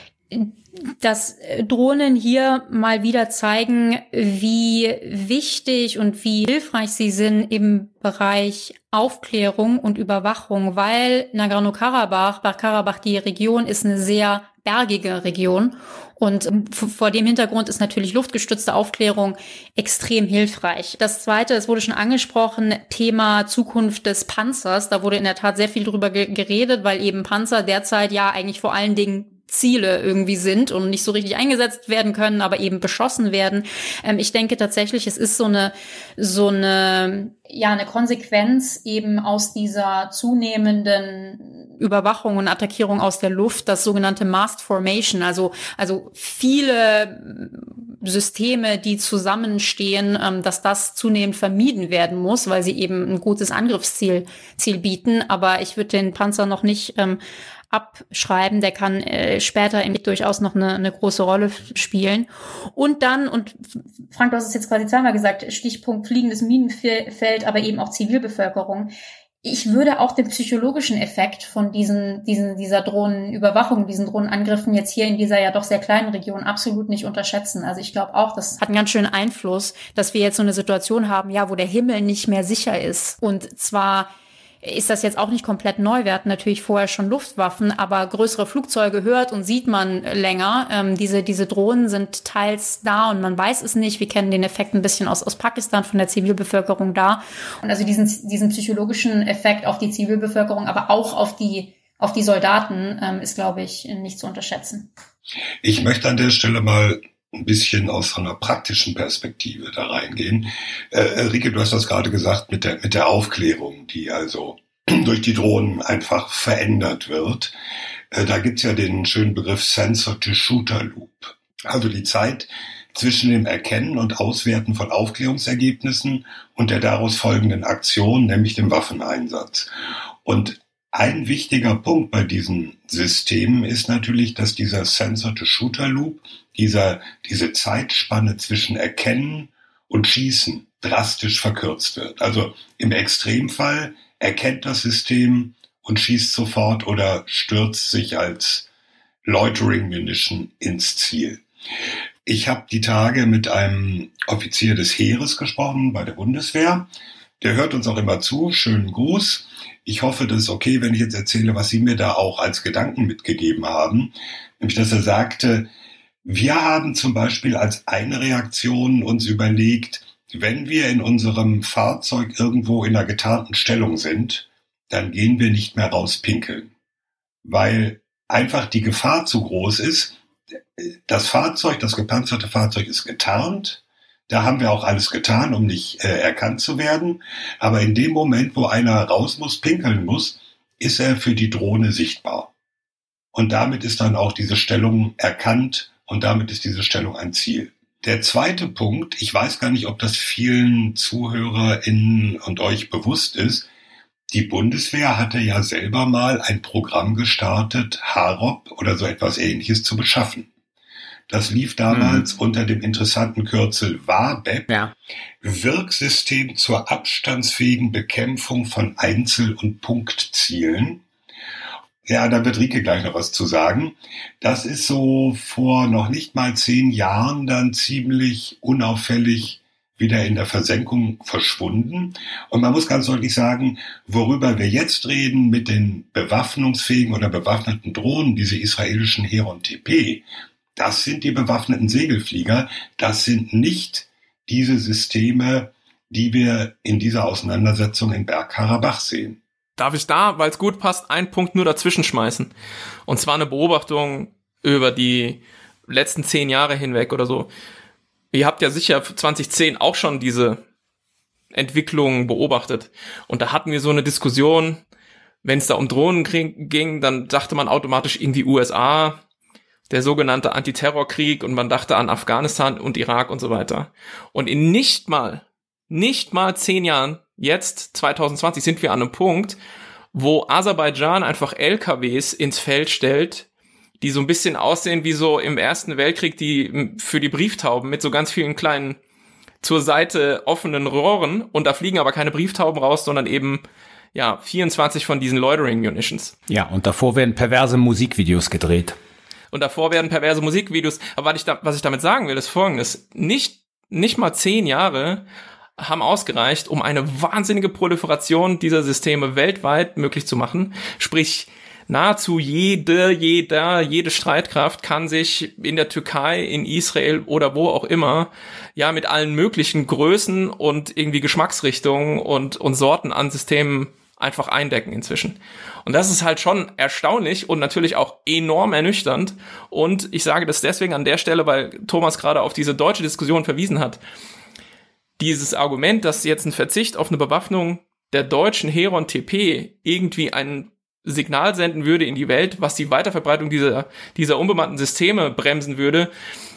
dass Drohnen hier mal wieder zeigen, wie wichtig und wie hilfreich sie sind im Bereich Aufklärung und Überwachung, weil Nagorno-Karabach, Bergkarabach, die Region ist eine sehr bergige Region und vor dem Hintergrund ist natürlich luftgestützte Aufklärung extrem hilfreich. Das Zweite, es wurde schon angesprochen, Thema Zukunft des Panzers. Da wurde in der Tat sehr viel drüber ge- geredet, weil eben Panzer derzeit ja eigentlich vor allen Dingen Ziele irgendwie sind und nicht so richtig eingesetzt werden können, aber eben beschossen werden. Ähm, ich denke tatsächlich, es ist so eine, so eine, ja, eine Konsequenz eben aus dieser zunehmenden Überwachung und Attackierung aus der Luft, das sogenannte Masked Formation, also, also viele Systeme, die zusammenstehen, ähm, dass das zunehmend vermieden werden muss, weil sie eben ein gutes Angriffsziel, Ziel bieten. Aber ich würde den Panzer noch nicht, ähm, abschreiben, der kann äh, später im durchaus noch eine, eine große Rolle spielen. Und dann, und Frank, du hast es jetzt quasi zweimal gesagt, Stichpunkt fliegendes Minenfeld, aber eben auch Zivilbevölkerung. Ich würde auch den psychologischen Effekt von diesen, diesen, dieser Drohnenüberwachung, diesen Drohnenangriffen jetzt hier in dieser ja doch sehr kleinen Region absolut nicht unterschätzen. Also ich glaube auch, das hat einen ganz schönen Einfluss, dass wir jetzt so eine Situation haben, ja, wo der Himmel nicht mehr sicher ist. Und zwar ist das jetzt auch nicht komplett neu. Wir hatten natürlich vorher schon Luftwaffen, aber größere Flugzeuge hört und sieht man länger. Ähm, diese, diese Drohnen sind teils da und man weiß es nicht. Wir kennen den Effekt ein bisschen aus, aus Pakistan von der Zivilbevölkerung da. Und also diesen, diesen psychologischen Effekt auf die Zivilbevölkerung, aber auch auf die, auf die Soldaten, ähm, ist, glaube ich, nicht zu unterschätzen. Ich möchte an der Stelle mal ein bisschen aus so einer praktischen Perspektive da reingehen. Äh, Rike, du hast das gerade gesagt mit der, mit der Aufklärung, die also durch die Drohnen einfach verändert wird. Äh, da gibt's ja den schönen Begriff Sensor-to-Shooter-Loop. Also die Zeit zwischen dem Erkennen und Auswerten von Aufklärungsergebnissen und der daraus folgenden Aktion, nämlich dem Waffeneinsatz. Und ein wichtiger Punkt bei diesen Systemen ist natürlich, dass dieser Sensor-to-Shooter-Loop, dieser, diese Zeitspanne zwischen Erkennen und Schießen drastisch verkürzt wird. Also im Extremfall erkennt das System und schießt sofort oder stürzt sich als Loitering Munition ins Ziel. Ich habe die Tage mit einem Offizier des Heeres gesprochen bei der Bundeswehr. Der hört uns auch immer zu. Schönen Gruß. Ich hoffe, das ist okay, wenn ich jetzt erzähle, was Sie mir da auch als Gedanken mitgegeben haben. Nämlich, dass er sagte, wir haben zum Beispiel als eine Reaktion uns überlegt, wenn wir in unserem Fahrzeug irgendwo in einer getarnten Stellung sind, dann gehen wir nicht mehr raus pinkeln. Weil einfach die Gefahr zu groß ist. Das Fahrzeug, das gepanzerte Fahrzeug ist getarnt. Da haben wir auch alles getan, um nicht äh, erkannt zu werden. Aber in dem Moment, wo einer raus muss, pinkeln muss, ist er für die Drohne sichtbar. Und damit ist dann auch diese Stellung erkannt und damit ist diese Stellung ein Ziel. Der zweite Punkt, ich weiß gar nicht, ob das vielen ZuhörerInnen und euch bewusst ist, die Bundeswehr hatte ja selber mal ein Programm gestartet, Harop oder so etwas Ähnliches zu beschaffen. Das lief damals mhm. unter dem interessanten Kürzel W A B E P, ja. Wirksystem zur abstandsfähigen Bekämpfung von Einzel- und Punktzielen. Ja, da wird Rike gleich noch was zu sagen. Das ist so vor noch nicht mal zehn Jahren dann ziemlich unauffällig wieder in der Versenkung verschwunden. Und man muss ganz deutlich sagen, worüber wir jetzt reden mit den bewaffnungsfähigen oder bewaffneten Drohnen, diese israelischen Heron T P, das sind die bewaffneten Segelflieger. Das sind nicht diese Systeme, die wir in dieser Auseinandersetzung in Bergkarabach sehen. Darf ich da, weil es gut passt, einen Punkt nur dazwischen schmeißen? Und zwar eine Beobachtung über die letzten zehn Jahre hinweg oder so. Ihr habt ja sicher zwanzig zehn auch schon diese Entwicklung beobachtet. Und da hatten wir so eine Diskussion, wenn es da um Drohnen ging, dann dachte man automatisch irgendwie U S A, der sogenannte Antiterrorkrieg, und man dachte an Afghanistan und Irak und so weiter. Und in nicht mal, nicht mal zehn Jahren, jetzt zwanzig zwanzig, sind wir an einem Punkt, wo Aserbaidschan einfach L K Ws ins Feld stellt, die so ein bisschen aussehen wie so im Ersten Weltkrieg die für die Brieftauben mit so ganz vielen kleinen zur Seite offenen Rohren, und da fliegen aber keine Brieftauben raus, sondern eben ja vierundzwanzig von diesen Loitering Munitions. Ja, und davor werden perverse Musikvideos gedreht. Und davor werden perverse Musikvideos. Aber was ich, da, was ich damit sagen will, ist Folgendes. Nicht, nicht mal zehn Jahre haben ausgereicht, um eine wahnsinnige Proliferation dieser Systeme weltweit möglich zu machen. Sprich, nahezu jede, jeder, jede Streitkraft kann sich in der Türkei, in Israel oder wo auch immer, ja, mit allen möglichen Größen und irgendwie Geschmacksrichtungen und, und Sorten an Systemen einfach eindecken inzwischen. Und das ist halt schon erstaunlich und natürlich auch enorm ernüchternd. Und ich sage das deswegen an der Stelle, weil Thomas gerade auf diese deutsche Diskussion verwiesen hat. Dieses Argument, dass jetzt ein Verzicht auf eine Bewaffnung der deutschen Heron T P irgendwie ein Signal senden würde in die Welt, was die Weiterverbreitung dieser, dieser unbemannten Systeme bremsen würde,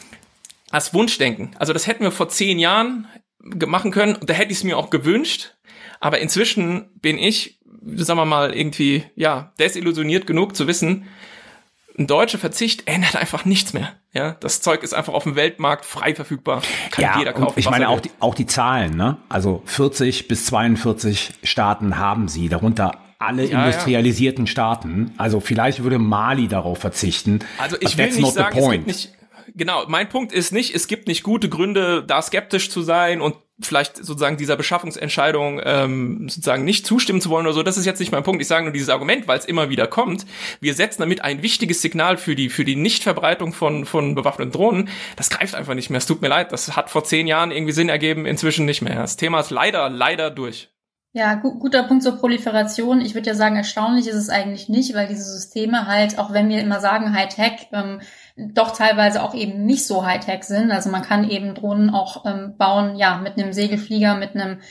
als Wunschdenken. Also das hätten wir vor zehn Jahren machen können, da hätte ich es mir auch gewünscht. Aber inzwischen bin ich, sagen wir mal, irgendwie, ja, desillusioniert genug zu wissen, ein deutscher Verzicht ändert einfach nichts mehr. Ja, das Zeug ist einfach auf dem Weltmarkt frei verfügbar. Kann ja, jeder kaufen. Ich meine auch die, auch die Zahlen, ne? Also vierzig bis zweiundvierzig Staaten haben sie, darunter alle ja, industrialisierten ja. Staaten. Also vielleicht würde Mali darauf verzichten. Also ich will nicht sagen, es gibt nicht, genau, mein Punkt ist nicht, es gibt nicht gute Gründe, da skeptisch zu sein und vielleicht sozusagen dieser Beschaffungsentscheidung ähm, sozusagen nicht zustimmen zu wollen oder so. Das ist jetzt nicht mein Punkt. Ich sage nur dieses Argument, weil es immer wieder kommt. Wir setzen damit ein wichtiges Signal für die für die Nichtverbreitung von von bewaffneten Drohnen. Das greift einfach nicht mehr. Es tut mir leid. Das hat vor zehn Jahren irgendwie Sinn ergeben. Inzwischen nicht mehr. Das Thema ist leider leider durch. Ja, gu- guter Punkt zur Proliferation. Ich würde ja sagen, erstaunlich ist es eigentlich nicht, weil diese Systeme halt, auch wenn wir immer sagen Hightech, ähm, doch teilweise auch eben nicht so Hightech sind. Also man kann eben Drohnen auch ähm, bauen, ja, mit einem Segelflieger, mit einem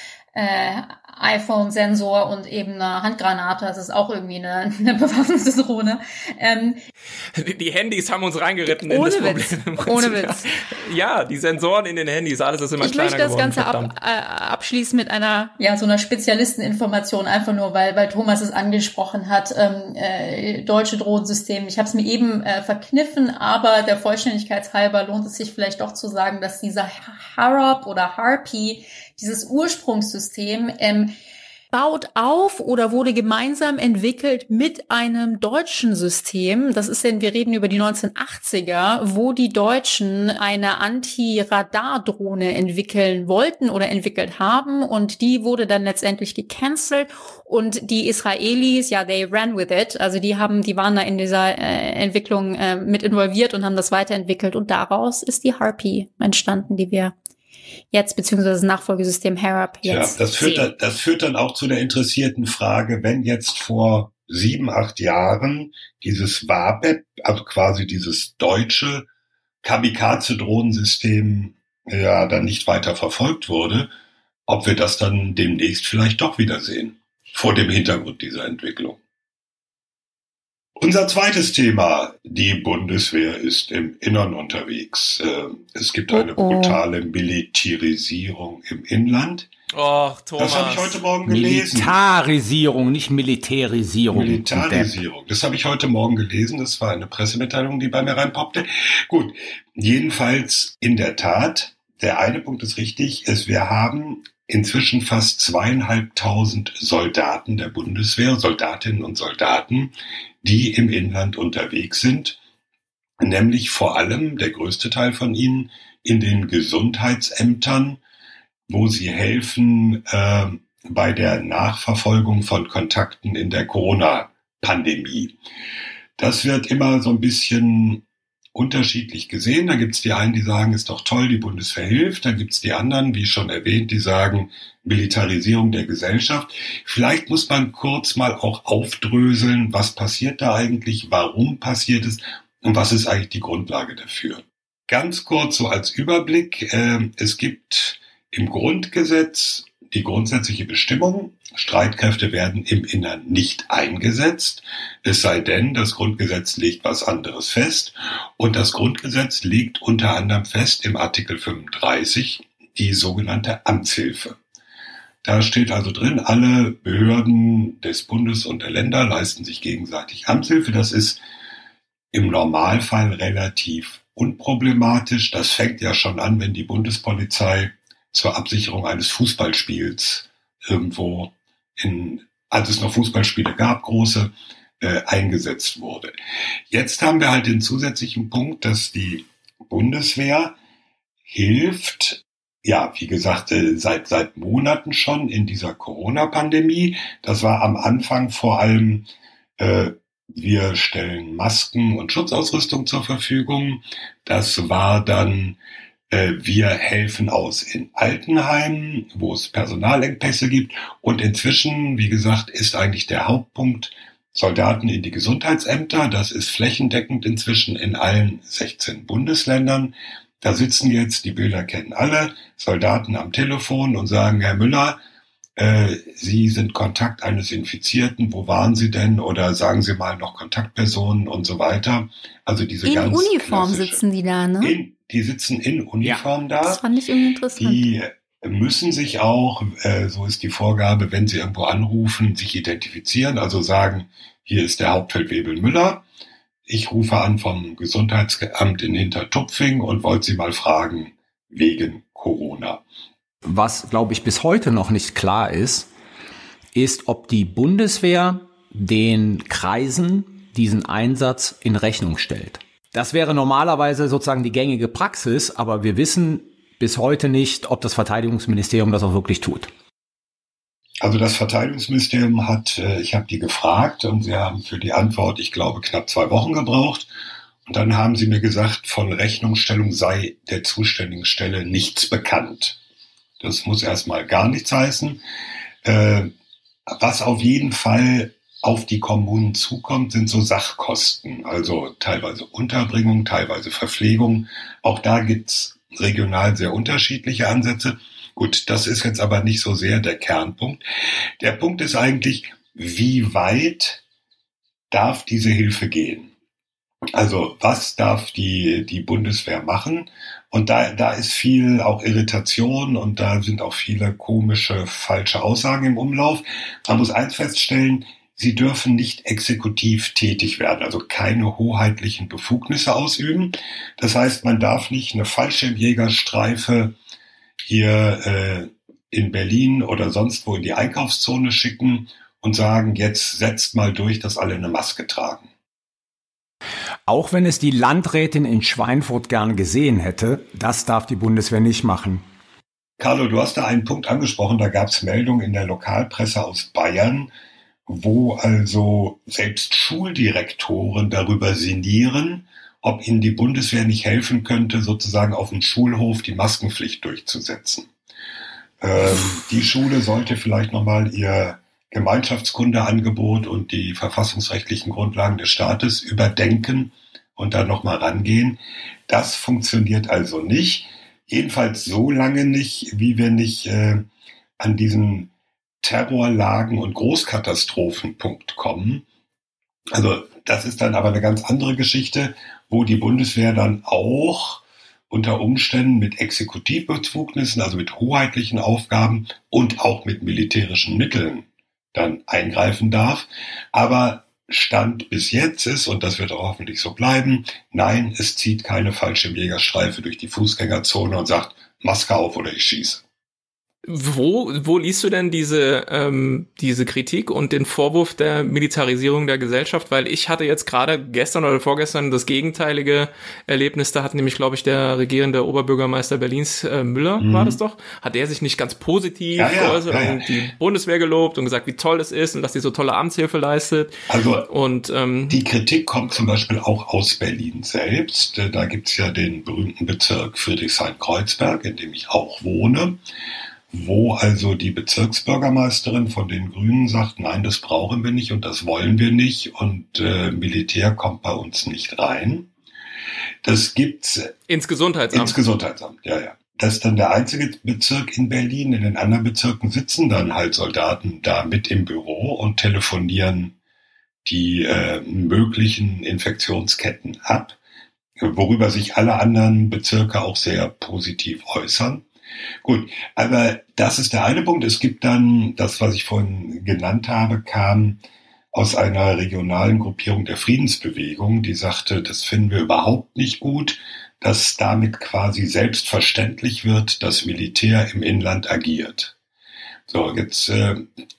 äh, iPhone-Sensor und eben einer Handgranate. Das ist auch irgendwie eine, eine bewaffnete Drohne. Ähm, die, die Handys haben uns reingeritten in das Witz, Problem. Ohne Witz. Ja, die Sensoren in den Handys, alles ist immer ich kleiner geworden. Ich möchte das Ganze ab, äh, abschließen mit einer, ja, so einer Spezialisteninformation, einfach nur, weil, weil Thomas es angesprochen hat, ähm, äh, deutsche Drohnensysteme. Ich habe es mir eben äh, verkniffen, aber der Vollständigkeit halber lohnt es sich vielleicht doch zu sagen, dass dieser Harop oder Harpy, dieses Ursprungssystem, ähm, baut auf oder wurde gemeinsam entwickelt mit einem deutschen System. Das ist denn, wir reden über die neunzehnhundertachtziger, wo die Deutschen eine Anti-Radar-Drohne entwickeln wollten oder entwickelt haben, und die wurde dann letztendlich gecancelt, und die Israelis, ja, they ran with it. Also die haben, die waren da in dieser äh, Entwicklung äh, mit involviert und haben das weiterentwickelt, und daraus ist die Harpy entstanden, die wir jetzt, beziehungsweise das Nachfolgesystem Harop jetzt. Ja, das führt, dann, das führt dann auch zu der interessierten Frage, wenn jetzt vor sieben, acht Jahren dieses W A B E P, also quasi dieses deutsche Kamikaze-Drohnensystem ja dann nicht weiter verfolgt wurde, ob wir das dann demnächst vielleicht doch wiedersehen, vor dem Hintergrund dieser Entwicklung. Unser zweites Thema, die Bundeswehr ist im Innern unterwegs. Es gibt eine brutale Militarisierung im Inland. Oh, Thomas. Das habe ich heute Morgen gelesen. Militarisierung, nicht Militärisierung. Militarisierung. Das habe ich heute Morgen gelesen. Das war eine Pressemitteilung, die bei mir reinpoppte. Gut, jedenfalls in der Tat, der eine Punkt ist richtig, ist, wir haben inzwischen fast zweieinhalbtausend Soldaten der Bundeswehr, Soldatinnen und Soldaten, die im Inland unterwegs sind, nämlich vor allem, der größte Teil von ihnen, in den Gesundheitsämtern, wo sie helfen äh, bei der Nachverfolgung von Kontakten in der Corona-Pandemie. Das wird immer so ein bisschen unterschiedlich gesehen. Da gibt es die einen, die sagen, ist doch toll, die Bundeswehr hilft. Da gibt es die anderen, wie schon erwähnt, die sagen, Militarisierung der Gesellschaft. Vielleicht muss man kurz mal auch aufdröseln, was passiert da eigentlich, warum passiert es und was ist eigentlich die Grundlage dafür. Ganz kurz so als Überblick. Äh, es gibt im Grundgesetz die grundsätzliche Bestimmung, Streitkräfte werden im Innern nicht eingesetzt, es sei denn, das Grundgesetz legt was anderes fest. Und das Grundgesetz legt unter anderem fest im Artikel fünfunddreißig die sogenannte Amtshilfe. Da steht also drin, alle Behörden des Bundes und der Länder leisten sich gegenseitig Amtshilfe. Das ist im Normalfall relativ unproblematisch. Das fängt ja schon an, wenn die Bundespolizei zur Absicherung eines Fußballspiels irgendwo, in, als es noch Fußballspiele gab, große, äh, eingesetzt wurde. Jetzt haben wir halt den zusätzlichen Punkt, dass die Bundeswehr hilft, ja, wie gesagt, äh, seit, seit Monaten schon in dieser Corona-Pandemie. Das war am Anfang vor allem, äh, wir stellen Masken und Schutzausrüstung zur Verfügung. Das war dann, wir helfen aus in Altenheimen, wo es Personalengpässe gibt. Und inzwischen, wie gesagt, ist eigentlich der Hauptpunkt Soldaten in die Gesundheitsämter. Das ist flächendeckend inzwischen in allen sechzehn Bundesländern. Da sitzen jetzt, die Bilder kennen alle, Soldaten am Telefon und sagen, Herr Müller, äh, Sie sind Kontakt eines Infizierten, wo waren Sie denn? Oder sagen Sie mal noch Kontaktpersonen und so weiter. Also diese in ganz Uniform sitzen die da, ne? In, die sitzen in Uniform ja, da. Das fand ich irgendwie interessant. Die müssen sich auch, äh, so ist die Vorgabe, wenn sie irgendwo anrufen, sich identifizieren, also sagen, hier ist der Hauptfeldwebel Müller. Ich rufe an vom Gesundheitsamt in Hintertupfing und wollte Sie mal fragen wegen Corona. Was, glaube ich, bis heute noch nicht klar ist, ist, ob die Bundeswehr den Kreisen diesen Einsatz in Rechnung stellt. Das wäre normalerweise sozusagen die gängige Praxis, aber wir wissen bis heute nicht, ob das Verteidigungsministerium das auch wirklich tut. Also das Verteidigungsministerium hat, ich habe die gefragt und sie haben für die Antwort, ich glaube, knapp zwei Wochen gebraucht. Und dann haben sie mir gesagt, von Rechnungsstellung sei der zuständigen Stelle nichts bekannt. Das muss erstmal gar nichts heißen. Was auf jeden Fall auf die Kommunen zukommt, sind so Sachkosten, also teilweise Unterbringung, teilweise Verpflegung. Auch da gibt's regional sehr unterschiedliche Ansätze. Gut, das ist jetzt aber nicht so sehr der Kernpunkt. Der Punkt ist eigentlich, wie weit darf diese Hilfe gehen? Also was darf die, die Bundeswehr machen? Und da, da ist viel auch Irritation und da sind auch viele komische, falsche Aussagen im Umlauf. Man muss eins feststellen, sie dürfen nicht exekutiv tätig werden, also keine hoheitlichen Befugnisse ausüben. Das heißt, man darf nicht eine Fallschirmjägerstreife hier äh, in Berlin oder sonst wo in die Einkaufszone schicken und sagen, jetzt setzt mal durch, dass alle eine Maske tragen. Auch wenn es die Landrätin in Schweinfurt gerne gesehen hätte, das darf die Bundeswehr nicht machen. Carlo, du hast da einen Punkt angesprochen, da gab es Meldungen in der Lokalpresse aus Bayern, wo also selbst Schuldirektoren darüber sinnieren, ob ihnen die Bundeswehr nicht helfen könnte, sozusagen auf dem Schulhof die Maskenpflicht durchzusetzen. Ähm, die Schule sollte vielleicht nochmal ihr Gemeinschaftskundeangebot und die verfassungsrechtlichen Grundlagen des Staates überdenken und dann nochmal rangehen. Das funktioniert also nicht. Jedenfalls so lange nicht, wie wir nicht äh, an diesen Terrorlagen und Großkatastrophenpunkt kommen. Also das ist dann aber eine ganz andere Geschichte, wo die Bundeswehr dann auch unter Umständen mit Exekutivbefugnissen, also mit hoheitlichen Aufgaben und auch mit militärischen Mitteln dann eingreifen darf. Aber Stand bis jetzt ist, und das wird auch hoffentlich so bleiben, nein, es zieht keine Fallschirmjägerstreife durch die Fußgängerzone und sagt, Maske auf oder ich schieße. Wo, wo liest du denn diese, ähm, diese Kritik und den Vorwurf der Militarisierung der Gesellschaft? Weil ich hatte jetzt gerade gestern oder vorgestern das gegenteilige Erlebnis. Da hat nämlich, glaube ich, der regierende Oberbürgermeister Berlins, äh, Müller, mhm. war das doch, hat der sich nicht ganz positiv ja, ja, geäußert ja, ja. und die Bundeswehr gelobt und gesagt, wie toll es ist und dass die so tolle Amtshilfe leistet. Also und ähm, die Kritik kommt zum Beispiel auch aus Berlin selbst. Da gibt's ja den berühmten Bezirk Friedrichshain-Kreuzberg, in dem ich auch wohne, wo also die Bezirksbürgermeisterin von den Grünen sagt, nein, das brauchen wir nicht und das wollen wir nicht und äh, Militär kommt bei uns nicht rein. Das gibt's ins Gesundheitsamt. Ins Gesundheitsamt, ja, ja. Das ist dann der einzige Bezirk in Berlin. In den anderen Bezirken sitzen dann halt Soldaten da mit im Büro und telefonieren die äh, möglichen Infektionsketten ab, worüber sich alle anderen Bezirke auch sehr positiv äußern. Gut, aber das ist der eine Punkt. Es gibt dann, das, was ich vorhin genannt habe, kam aus einer regionalen Gruppierung der Friedensbewegung, die sagte, das finden wir überhaupt nicht gut, dass damit quasi selbstverständlich wird, dass Militär im Inland agiert. So, jetzt äh,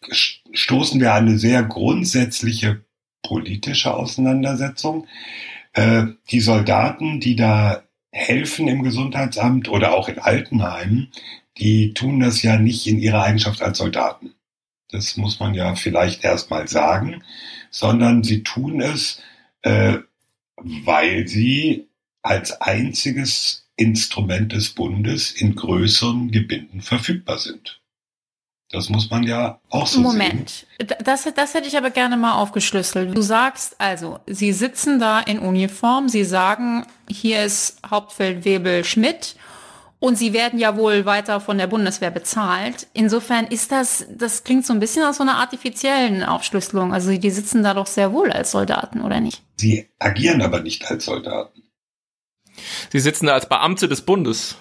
stoßen wir an eine sehr grundsätzliche politische Auseinandersetzung. Äh, die Soldaten, die da helfen im Gesundheitsamt oder auch in Altenheimen, die tun das ja nicht in ihrer Eigenschaft als Soldaten. Das muss man ja vielleicht erst mal sagen, sondern sie tun es, äh, weil sie als einziges Instrument des Bundes in größeren Gebinden verfügbar sind. Das muss man ja auch so Moment. sehen. Moment, das, das hätte ich aber gerne mal aufgeschlüsselt. Du sagst also, Sie sitzen da in Uniform, Sie sagen, hier ist Hauptfeldwebel Schmidt und Sie werden ja wohl weiter von der Bundeswehr bezahlt. Insofern ist das, das klingt so ein bisschen aus so einer artifiziellen Aufschlüsselung. Also die sitzen da doch sehr wohl als Soldaten, oder nicht? Sie agieren aber nicht als Soldaten. Sie sitzen da als Beamte des Bundes.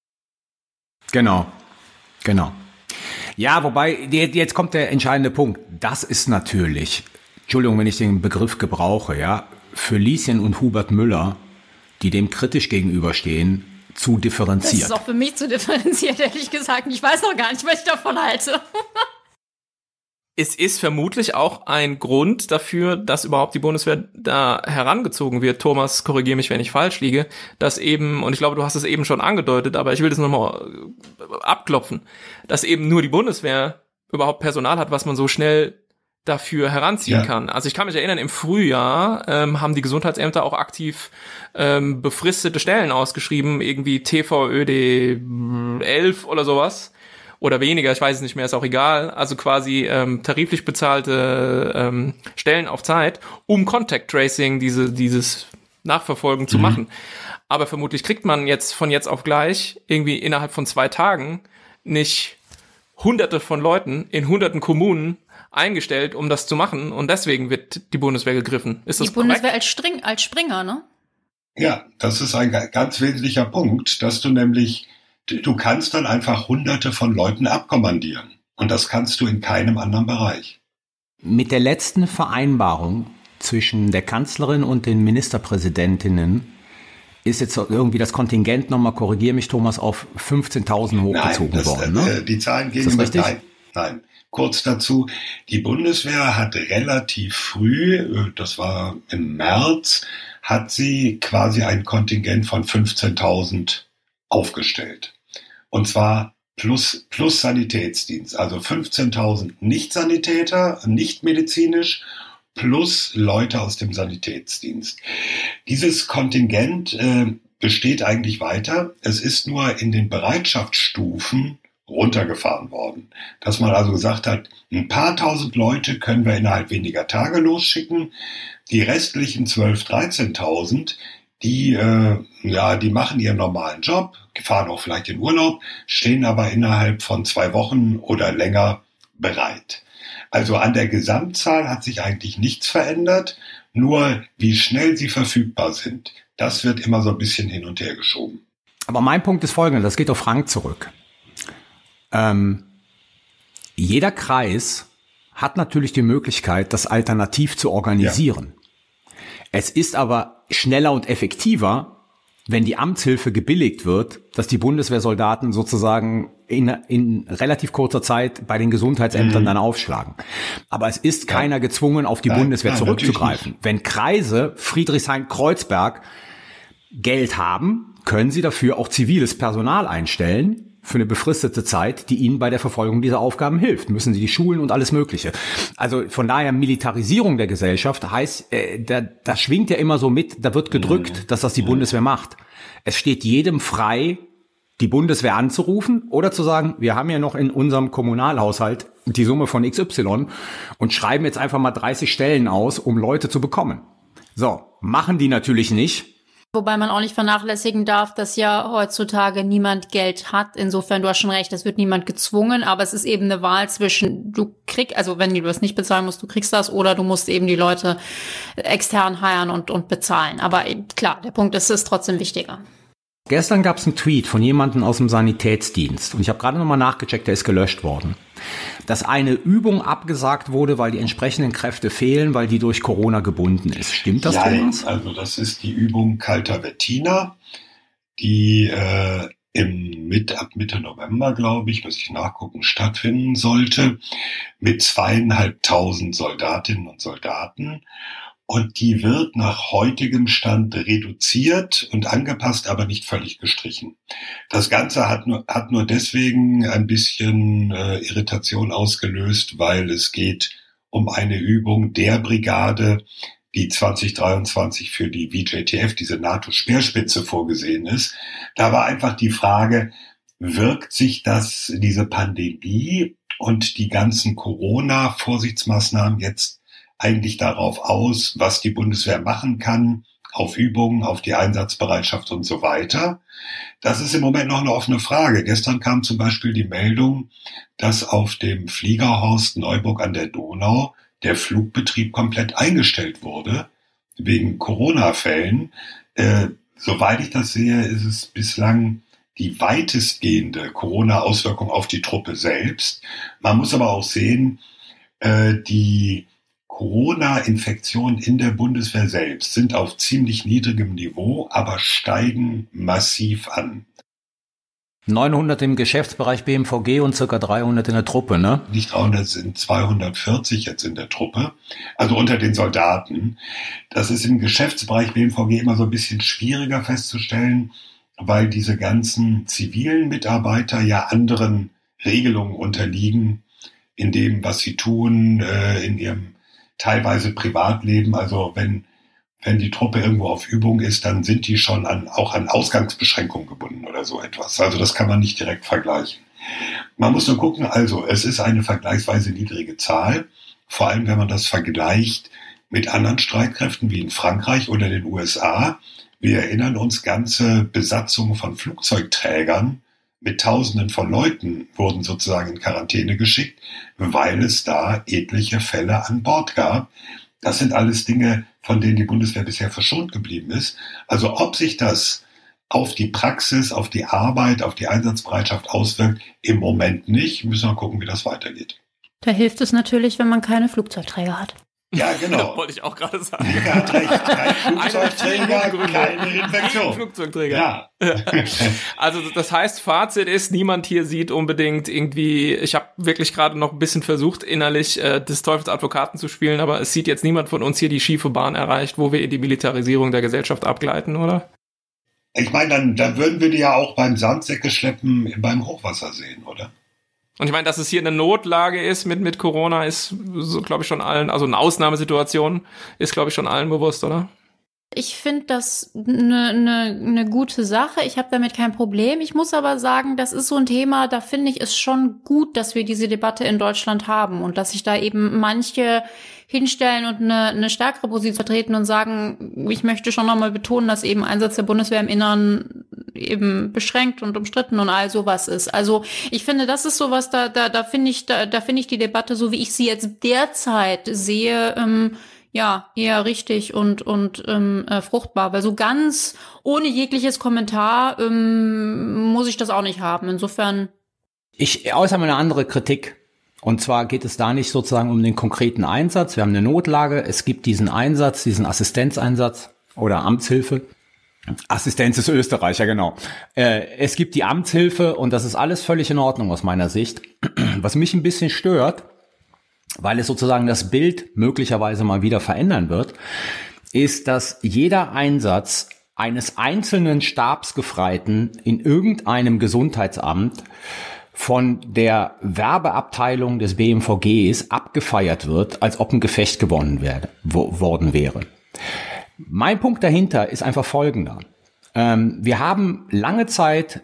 Genau, genau. Ja, wobei, jetzt kommt der entscheidende Punkt. Das ist natürlich, Entschuldigung, wenn ich den Begriff gebrauche, ja, für Lieschen und Hubert Müller, die dem kritisch gegenüberstehen, zu differenziert. Das ist auch für mich zu differenziert, ehrlich gesagt. Ich weiß noch gar nicht, was ich davon halte. Es ist vermutlich auch ein Grund dafür, dass überhaupt die Bundeswehr da herangezogen wird. Thomas, korrigiere mich, wenn ich falsch liege, dass eben, und ich glaube, du hast es eben schon angedeutet, aber ich will das nochmal abklopfen, dass eben nur die Bundeswehr überhaupt Personal hat, was man so schnell dafür heranziehen ja. kann. Also ich kann mich erinnern, im Frühjahr ähm, haben die Gesundheitsämter auch aktiv ähm, befristete Stellen ausgeschrieben, irgendwie T V Ö D elf oder sowas. Oder weniger, ich weiß es nicht mehr, ist auch egal. Also quasi ähm, tariflich bezahlte ähm, Stellen auf Zeit, um Contact Tracing, diese, dieses Nachverfolgen zu mhm. machen. Aber vermutlich kriegt man jetzt von jetzt auf gleich irgendwie innerhalb von zwei Tagen nicht hunderte von Leuten in hunderten Kommunen eingestellt, um das zu machen. Und deswegen wird die Bundeswehr gegriffen. Ist das die Bundeswehr korrekt? als, String, als Springer, ne? Ja, das ist ein ganz wesentlicher Punkt, dass du nämlich Du kannst dann einfach hunderte von Leuten abkommandieren. Und das kannst du in keinem anderen Bereich. Mit der letzten Vereinbarung zwischen der Kanzlerin und den Ministerpräsidentinnen ist jetzt irgendwie das Kontingent, nochmal korrigiere mich Thomas, auf fünfzehntausend hochgezogen Nein, das, worden. Ne? Äh, die Zahlen gehen ist das immer richtig? Nein, nein. Kurz dazu, die Bundeswehr hat relativ früh, das war im März, hat sie quasi ein Kontingent von fünfzehntausend aufgestellt. Und zwar plus, plus Sanitätsdienst, also fünfzehntausend Nicht-Sanitäter, nicht medizinisch, plus Leute aus dem Sanitätsdienst. Dieses Kontingent äh, besteht eigentlich weiter. Es ist nur in den Bereitschaftsstufen runtergefahren worden. Dass man also gesagt hat, ein paar tausend Leute können wir innerhalb weniger Tage losschicken. Die restlichen zwölftausend, dreizehntausend, die, äh, ja, die machen ihren normalen Job, fahren auch vielleicht in Urlaub, stehen aber innerhalb von zwei Wochen oder länger bereit. Also an der Gesamtzahl hat sich eigentlich nichts verändert, nur wie schnell sie verfügbar sind, das wird immer so ein bisschen hin und her geschoben. Aber mein Punkt ist folgender, das geht auf Frank zurück. Ähm, jeder Kreis hat natürlich die Möglichkeit, das alternativ zu organisieren. Ja. Es ist aber schneller und effektiver, wenn die Amtshilfe gebilligt wird, dass die Bundeswehrsoldaten sozusagen in, in relativ kurzer Zeit bei den Gesundheitsämtern mhm. dann aufschlagen. Aber es ist ja. keiner gezwungen, auf die nein, Bundeswehr nein, zurückzugreifen. Wenn Kreise Friedrichshain-Kreuzberg Geld haben, können sie dafür auch ziviles Personal einstellen, für eine befristete Zeit, die ihnen bei der Verfolgung dieser Aufgaben hilft. Müssen sie die Schulen und alles Mögliche. Also von daher Militarisierung der Gesellschaft heißt, äh, da, da schwingt ja immer so mit, da wird gedrückt, mhm. dass das die mhm. Bundeswehr macht. Es steht jedem frei, die Bundeswehr anzurufen oder zu sagen, wir haben ja noch in unserem Kommunalhaushalt die Summe von X Y und schreiben jetzt einfach mal dreißig Stellen aus, um Leute zu bekommen. So, machen die natürlich nicht. Wobei man auch nicht vernachlässigen darf, dass ja heutzutage niemand Geld hat. Insofern, du hast schon recht, es wird niemand gezwungen, aber es ist eben eine Wahl zwischen, du kriegst, also wenn du das nicht bezahlen musst, du kriegst das, oder du musst eben die Leute extern heiern und, und bezahlen. Aber klar, der Punkt ist, es ist trotzdem wichtiger. Gestern gab es einen Tweet von jemandem aus dem Sanitätsdienst und ich habe gerade nochmal nachgecheckt, der ist gelöscht worden, dass eine Übung abgesagt wurde, weil die entsprechenden Kräfte fehlen, weil die durch Corona gebunden ist. Stimmt das, ja, Thomas? Also das ist die Übung Kalter Wettiner, die äh, im Mit, ab Mitte November, glaube ich, muss ich nachgucken, stattfinden sollte, mit zweieinhalbtausend Soldatinnen und Soldaten. Und die wird nach heutigem Stand reduziert und angepasst, aber nicht völlig gestrichen. Das Ganze hat nur, hat nur deswegen ein bisschen äh, Irritation ausgelöst, weil es geht um eine Übung der Brigade, die zwanzig dreiundzwanzig für die V J T F, diese NATO-Speerspitze, vorgesehen ist. Da war einfach die Frage, wirkt sich das, diese Pandemie und die ganzen Corona-Vorsichtsmaßnahmen jetzt eigentlich darauf aus, was die Bundeswehr machen kann, auf Übungen, auf die Einsatzbereitschaft und so weiter. Das ist im Moment noch eine offene Frage. Gestern kam zum Beispiel die Meldung, dass auf dem Fliegerhorst Neuburg an der Donau der Flugbetrieb komplett eingestellt wurde, wegen Corona-Fällen. Äh, soweit ich das sehe, ist es bislang die weitestgehende Corona-Auswirkung auf die Truppe selbst. Man muss aber auch sehen, äh, die Corona-Infektionen in der Bundeswehr selbst sind auf ziemlich niedrigem Niveau, aber steigen massiv an. neunhundert im Geschäftsbereich B M V G und circa dreihundert in der Truppe, ne? Nicht dreihundert, sind zweihundertvierzig jetzt in der Truppe, also unter den Soldaten. Das ist im Geschäftsbereich B M V G immer so ein bisschen schwieriger festzustellen, weil diese ganzen zivilen Mitarbeiter ja anderen Regelungen unterliegen, in dem, was sie tun, in ihrem teilweise Privatleben. Also wenn wenn die Truppe irgendwo auf Übung ist, dann sind die schon an auch an Ausgangsbeschränkungen gebunden oder so etwas. Also das kann man nicht direkt vergleichen. Man muss nur gucken, also es ist eine vergleichsweise niedrige Zahl, vor allem wenn man das vergleicht mit anderen Streitkräften wie in Frankreich oder den U S A. Wir erinnern uns, ganze Besatzungen von Flugzeugträgern mit Tausenden von Leuten wurden sozusagen in Quarantäne geschickt, weil es da etliche Fälle an Bord gab. Das sind alles Dinge, von denen die Bundeswehr bisher verschont geblieben ist. Also ob sich das auf die Praxis, auf die Arbeit, auf die Einsatzbereitschaft auswirkt, im Moment nicht. Müssen wir gucken, wie das weitergeht. Da hilft es natürlich, wenn man keine Flugzeugträger hat. Ja, genau. Das wollte ich auch gerade sagen. Mika hat recht. Kein Flugzeugträger, keine Infektion. Kein Flugzeugträger. Ja. Also das heißt, Fazit ist, niemand hier sieht unbedingt irgendwie, ich habe wirklich gerade noch ein bisschen versucht, innerlich äh, des Teufels Advokaten zu spielen, aber es sieht jetzt niemand von uns hier die schiefe Bahn erreicht, wo wir in die Militarisierung der Gesellschaft abgleiten, oder? Ich meine, dann, dann würden wir die ja auch beim Sandsäcke-Schleppen beim Hochwasser sehen, oder? Und ich meine, dass es hier eine Notlage ist mit mit Corona, ist, so, glaube ich, schon allen, also eine Ausnahmesituation, ist, glaube ich, schon allen bewusst, oder? Ich finde das eine ne, ne gute Sache. Ich habe damit kein Problem. Ich muss aber sagen, das ist so ein Thema, da finde ich es schon gut, dass wir diese Debatte in Deutschland haben und dass sich da eben manche hinstellen und eine, eine stärkere Position vertreten und sagen, ich möchte schon nochmal betonen, dass eben Einsatz der Bundeswehr im Inneren eben beschränkt und umstritten und all sowas ist. Also ich finde, das ist sowas, da da da finde ich da da finde ich die Debatte, so wie ich sie jetzt derzeit sehe, ähm, ja, eher richtig und und ähm, äh, fruchtbar. Weil so ganz ohne jegliches Kommentar ähm, muss ich das auch nicht haben. Insofern. Ich äußere mal eine andere Kritik. Und zwar geht es da nicht sozusagen um den konkreten Einsatz. Wir haben eine Notlage. Es gibt diesen Einsatz, diesen Assistenzeinsatz oder Amtshilfe. Assistenz ist Österreicher, genau. Äh, es gibt die Amtshilfe und das ist alles völlig in Ordnung aus meiner Sicht. Was mich ein bisschen stört, weil es sozusagen das Bild möglicherweise mal wieder verändern wird, ist, dass jeder Einsatz eines einzelnen Stabsgefreiten in irgendeinem Gesundheitsamt von der Werbeabteilung des B M V Gs abgefeiert wird, als ob ein Gefecht gewonnen werde, wo, worden wäre. Mein Punkt dahinter ist einfach folgender. Ähm, wir haben lange Zeit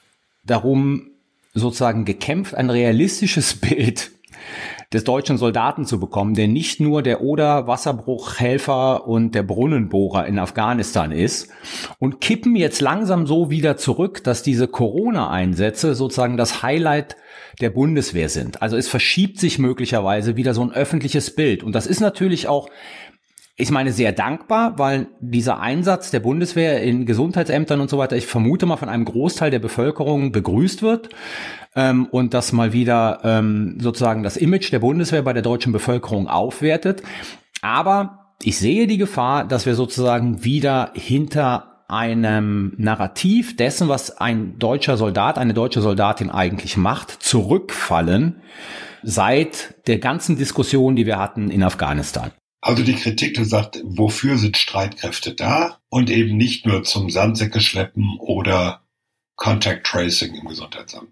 darum sozusagen gekämpft, ein realistisches Bild des deutschen Soldaten zu bekommen, der nicht nur der Oder-Wasserbruchhelfer und der Brunnenbohrer in Afghanistan ist, und kippen jetzt langsam so wieder zurück, dass diese Corona-Einsätze sozusagen das Highlight der Bundeswehr sind. Also es verschiebt sich möglicherweise wieder so ein öffentliches Bild. Und das ist natürlich auch, ich meine, sehr dankbar, weil dieser Einsatz der Bundeswehr in Gesundheitsämtern und so weiter, ich vermute mal, von einem Großteil der Bevölkerung begrüßt wird. Ähm, und das mal wieder ähm, sozusagen das Image der Bundeswehr bei der deutschen Bevölkerung aufwertet. Aber ich sehe die Gefahr, dass wir sozusagen wieder hinter einem Narrativ dessen, was ein deutscher Soldat, eine deutsche Soldatin eigentlich macht, zurückfallen seit der ganzen Diskussion, die wir hatten in Afghanistan. Also die Kritik, du sagst, wofür sind Streitkräfte da? Und eben nicht nur zum Sandsäcke schleppen oder Contact Tracing im Gesundheitsamt.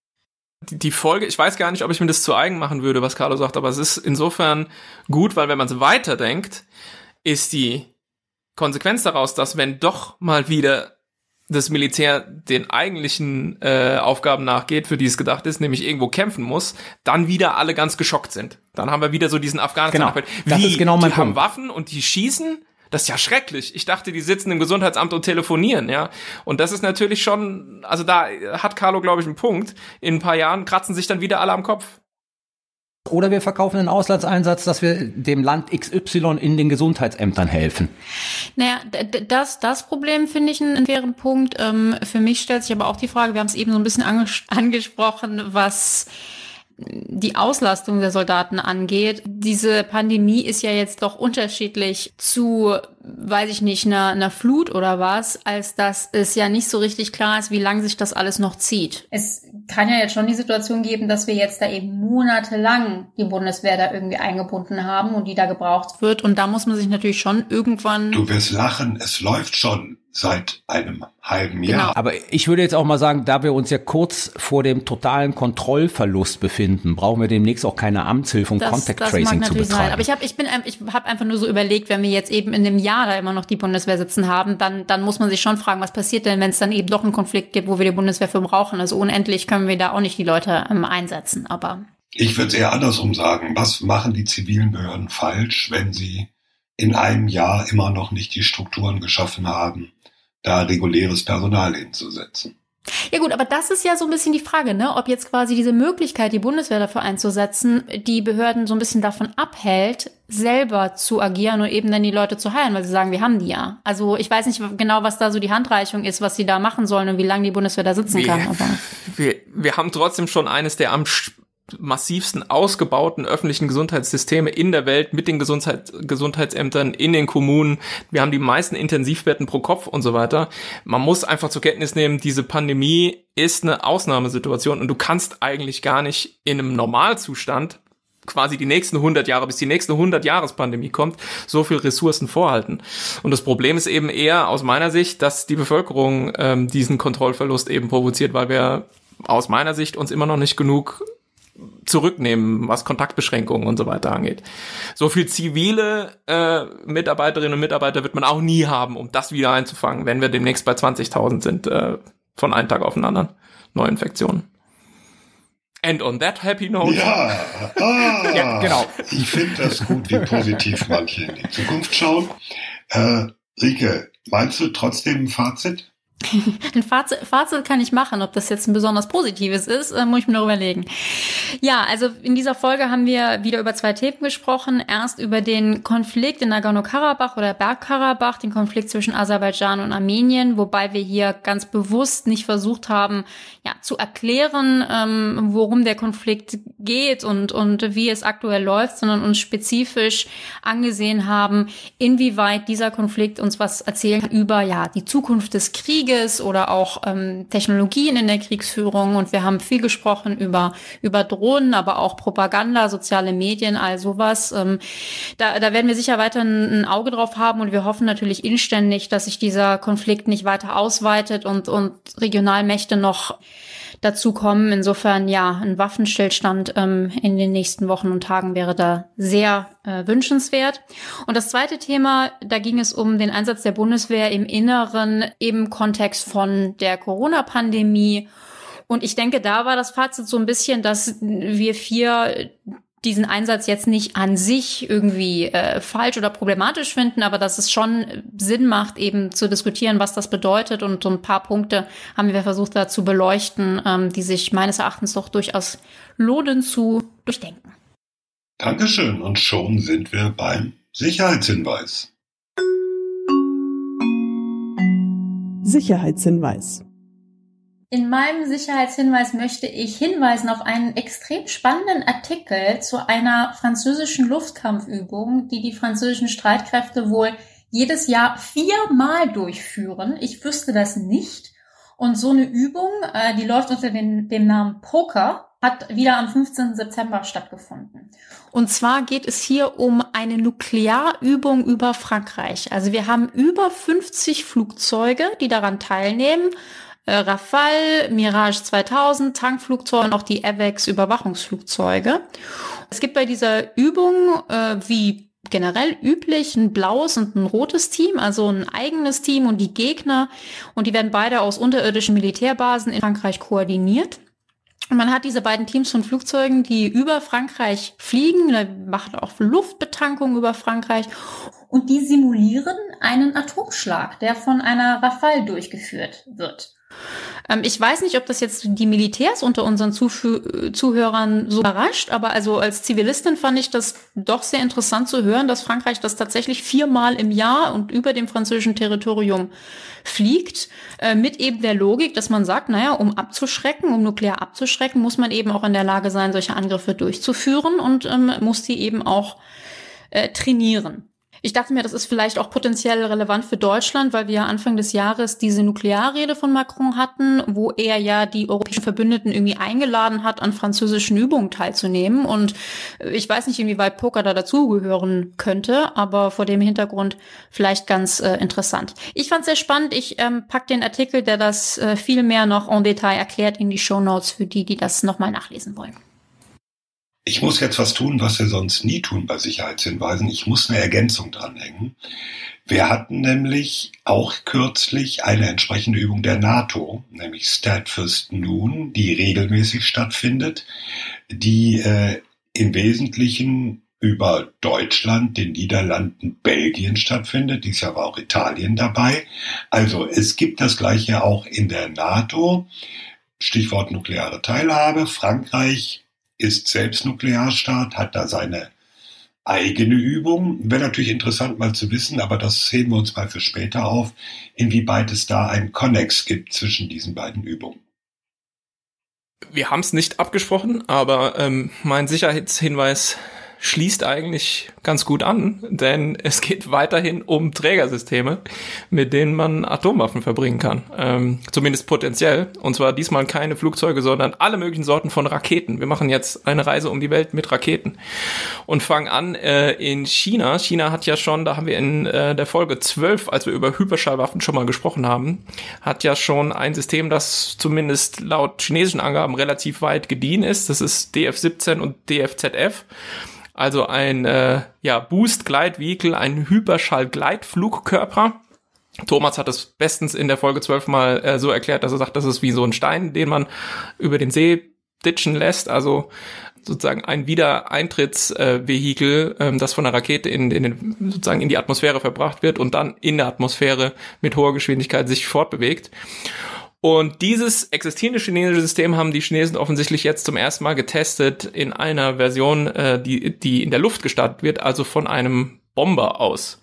Die Folge, ich weiß gar nicht, ob ich mir das zu eigen machen würde, was Carlo sagt, aber es ist insofern gut, weil wenn man es weiterdenkt, ist die Konsequenz daraus, dass wenn doch mal wieder das Militär den eigentlichen äh, Aufgaben nachgeht, für die es gedacht ist, nämlich irgendwo kämpfen muss, dann wieder alle ganz geschockt sind. Dann haben wir wieder so diesen Afghanistan. Genau, das ist genau mein Punkt. Die haben Punkt. Waffen und die schießen. Das ist ja schrecklich. Ich dachte, die sitzen im Gesundheitsamt und telefonieren, ja. Und das ist natürlich schon, also da hat Carlo, glaube ich, einen Punkt. In ein paar Jahren kratzen sich dann wieder alle am Kopf. Oder wir verkaufen einen Auslandseinsatz, dass wir dem Land X Y in den Gesundheitsämtern helfen. Naja, das, das Problem finde ich einen fairen Punkt. Ähm, für mich stellt sich aber auch die Frage, wir haben es eben so ein bisschen anges- angesprochen, was die Auslastung der Soldaten angeht. Diese Pandemie ist ja jetzt doch unterschiedlich zu, weiß ich nicht, einer, einer Flut oder was, als dass es ja nicht so richtig klar ist, wie lange sich das alles noch zieht. Es kann ja jetzt schon die Situation geben, dass wir jetzt da eben monatelang die Bundeswehr da irgendwie eingebunden haben und die da gebraucht wird. Und da muss man sich natürlich schon irgendwann... Du wirst lachen, es läuft schon seit einem halben Jahr. Genau. Aber ich würde jetzt auch mal sagen, da wir uns ja kurz vor dem totalen Kontrollverlust befinden, brauchen wir demnächst auch keine Amtshilfe und das, Contact das Tracing mag zu natürlich betreiben. Sein. Aber ich habe ich bin, ich hab einfach nur so überlegt, wenn wir jetzt eben in einem Jahr da immer noch die Bundeswehr sitzen haben, dann, dann muss man sich schon fragen, was passiert denn, wenn es dann eben doch einen Konflikt gibt, wo wir die Bundeswehr für brauchen. Also unendlich können wir da auch nicht die Leute ähm, einsetzen. Aber ich würde es eher andersrum sagen. Was machen die zivilen Behörden falsch, wenn sie in einem Jahr immer noch nicht die Strukturen geschaffen haben, da reguläres Personal hinzusetzen? Ja gut, aber das ist ja so ein bisschen die Frage, ne, ob jetzt quasi diese Möglichkeit, die Bundeswehr dafür einzusetzen, die Behörden so ein bisschen davon abhält, selber zu agieren und eben dann die Leute zu heilen, weil sie sagen, wir haben die ja. Also ich weiß nicht genau, was da so die Handreichung ist, was sie da machen sollen und wie lange die Bundeswehr da sitzen wir, kann. Aber wir, wir haben trotzdem schon eines der am massivsten ausgebauten öffentlichen Gesundheitssysteme in der Welt mit den Gesundheit, Gesundheitsämtern in den Kommunen. Wir haben die meisten Intensivbetten pro Kopf und so weiter. Man muss einfach zur Kenntnis nehmen, diese Pandemie ist eine Ausnahmesituation und du kannst eigentlich gar nicht in einem Normalzustand quasi die nächsten hundert Jahre, bis die nächste hundert-Jahres-Pandemie kommt, so viel Ressourcen vorhalten. Und das Problem ist eben eher aus meiner Sicht, dass die Bevölkerung ähm, diesen Kontrollverlust eben provoziert, weil wir aus meiner Sicht uns immer noch nicht genug zurücknehmen, was Kontaktbeschränkungen und so weiter angeht. So viel zivile äh, Mitarbeiterinnen und Mitarbeiter wird man auch nie haben, um das wieder einzufangen, wenn wir demnächst bei zwanzigtausend sind, äh, von einem Tag auf den anderen, Neuinfektionen. And on that happy note. Ja, ah, ja genau. Ich finde das gut, wie positiv manche in die Zukunft schauen. Äh, Rike, meinst du trotzdem ein Fazit? Ein Fazit, Fazit kann ich machen. Ob das jetzt ein besonders positives ist, äh, muss ich mir noch überlegen. Ja, also in dieser Folge haben wir wieder über zwei Themen gesprochen. Erst über den Konflikt in Nagorno-Karabach oder Bergkarabach, den Konflikt zwischen Aserbaidschan und Armenien, wobei wir hier ganz bewusst nicht versucht haben, ja, zu erklären, ähm, worum der Konflikt geht und, und wie es aktuell läuft, sondern uns spezifisch angesehen haben, inwieweit dieser Konflikt uns was erzählen kann über, ja, die Zukunft des Krieges oder auch ähm, Technologien in der Kriegsführung. Und wir haben viel gesprochen über über Drohnen, aber auch Propaganda, soziale Medien, all sowas. Ähm, da, da werden wir sicher weiter ein, ein Auge drauf haben und wir hoffen natürlich inständig, dass sich dieser Konflikt nicht weiter ausweitet und, und Regionalmächte noch dazu kommen. Insofern, ja, ein Waffenstillstand ähm, in den nächsten Wochen und Tagen wäre da sehr äh, wünschenswert. Und das zweite Thema, da ging es um den Einsatz der Bundeswehr im Inneren im Kontext von der Corona-Pandemie. Und ich denke, da war das Fazit so ein bisschen, dass wir vier diesen Einsatz jetzt nicht an sich irgendwie äh, falsch oder problematisch finden, aber dass es schon Sinn macht, eben zu diskutieren, was das bedeutet. Und so ein paar Punkte haben wir versucht, da zu beleuchten, ähm, die sich meines Erachtens doch durchaus lohnen zu durchdenken. Dankeschön. Und schon sind wir beim Sicherheitshinweis. Sicherheitshinweis. In meinem Sicherheitshinweis möchte ich hinweisen auf einen extrem spannenden Artikel zu einer französischen Luftkampfübung, die die französischen Streitkräfte wohl jedes Jahr viermal durchführen. Ich wüsste das nicht. Und so eine Übung, äh, die läuft unter den, dem Namen Poker, hat wieder am fünfzehnten September stattgefunden. Und zwar geht es hier um eine Nuklearübung über Frankreich. Also wir haben über fünfzig Flugzeuge, die daran teilnehmen. Rafale, Mirage zweitausend, Tankflugzeuge und auch die AWACS-Überwachungsflugzeuge. Es gibt bei dieser Übung, äh, wie generell üblich, ein blaues und ein rotes Team, also ein eigenes Team und die Gegner. Und die werden beide aus unterirdischen Militärbasen in Frankreich koordiniert. Und man hat diese beiden Teams von Flugzeugen, die über Frankreich fliegen, da machen auch Luftbetankung über Frankreich. Und die simulieren einen Atomschlag, der von einer Rafale durchgeführt wird. Ähm, ich weiß nicht, ob das jetzt die Militärs unter unseren Zuh- Zuhörern so überrascht, aber also als Zivilistin fand ich das doch sehr interessant zu hören, dass Frankreich das tatsächlich viermal im Jahr und über dem französischen Territorium fliegt, äh, mit eben der Logik, dass man sagt, naja, um abzuschrecken, um nuklear abzuschrecken, muss man eben auch in der Lage sein, solche Angriffe durchzuführen und ähm, muss die eben auch äh, trainieren. Ich dachte mir, das ist vielleicht auch potenziell relevant für Deutschland, weil wir ja Anfang des Jahres diese Nuklearrede von Macron hatten, wo er ja die europäischen Verbündeten irgendwie eingeladen hat, an französischen Übungen teilzunehmen. Und ich weiß nicht, inwieweit Poker da dazugehören könnte, aber vor dem Hintergrund vielleicht ganz äh, interessant. Ich fand es sehr spannend. Ich ähm, pack den Artikel, der das äh, viel mehr noch en Detail erklärt, in die Shownotes für die, die das nochmal nachlesen wollen. Ich muss jetzt was tun, was wir sonst nie tun bei Sicherheitshinweisen. Ich muss eine Ergänzung dranhängen. Wir hatten nämlich auch kürzlich eine entsprechende Übung der NATO, nämlich Steadfast Noon, die regelmäßig stattfindet, die äh, im Wesentlichen über Deutschland, den Niederlanden, Belgien stattfindet. Dieses Jahr war auch Italien dabei. Also es gibt das Gleiche auch in der NATO. Stichwort nukleare Teilhabe. Frankreich ist selbst Nuklearstaat, hat da seine eigene Übung. Wäre natürlich interessant mal zu wissen, aber das heben wir uns mal für später auf, inwieweit es da einen Konnex gibt zwischen diesen beiden Übungen. Wir haben es nicht abgesprochen, aber ähm, mein Sicherheitshinweis schließt eigentlich ganz gut an, denn es geht weiterhin um Trägersysteme, mit denen man Atomwaffen verbringen kann. Ähm, zumindest potenziell. Und zwar diesmal keine Flugzeuge, sondern alle möglichen Sorten von Raketen. Wir machen jetzt eine Reise um die Welt mit Raketen und fangen an äh, in China. China hat ja schon, da haben wir in äh, der Folge zwölf, als wir über Hyperschallwaffen schon mal gesprochen haben, hat ja schon ein System, das zumindest laut chinesischen Angaben relativ weit gediehen ist. Das ist D F siebzehn und D F Z F. Also ein äh, ja, Boost-Gleit-Vehicle, ein Hyperschall-Gleitflugkörper. Thomas hat es bestens in der Folge zwölf mal äh, so erklärt, dass er sagt, das ist wie so ein Stein, den man über den See ditchen lässt, also sozusagen ein Wiedereintrittsvehikel, ähm, das von der Rakete in, in den, sozusagen in die Atmosphäre verbracht wird und dann in der Atmosphäre mit hoher Geschwindigkeit sich fortbewegt. Und dieses existierende chinesische System haben die Chinesen offensichtlich jetzt zum ersten Mal getestet in einer Version, äh, die, die in der Luft gestartet wird, also von einem Bomber aus.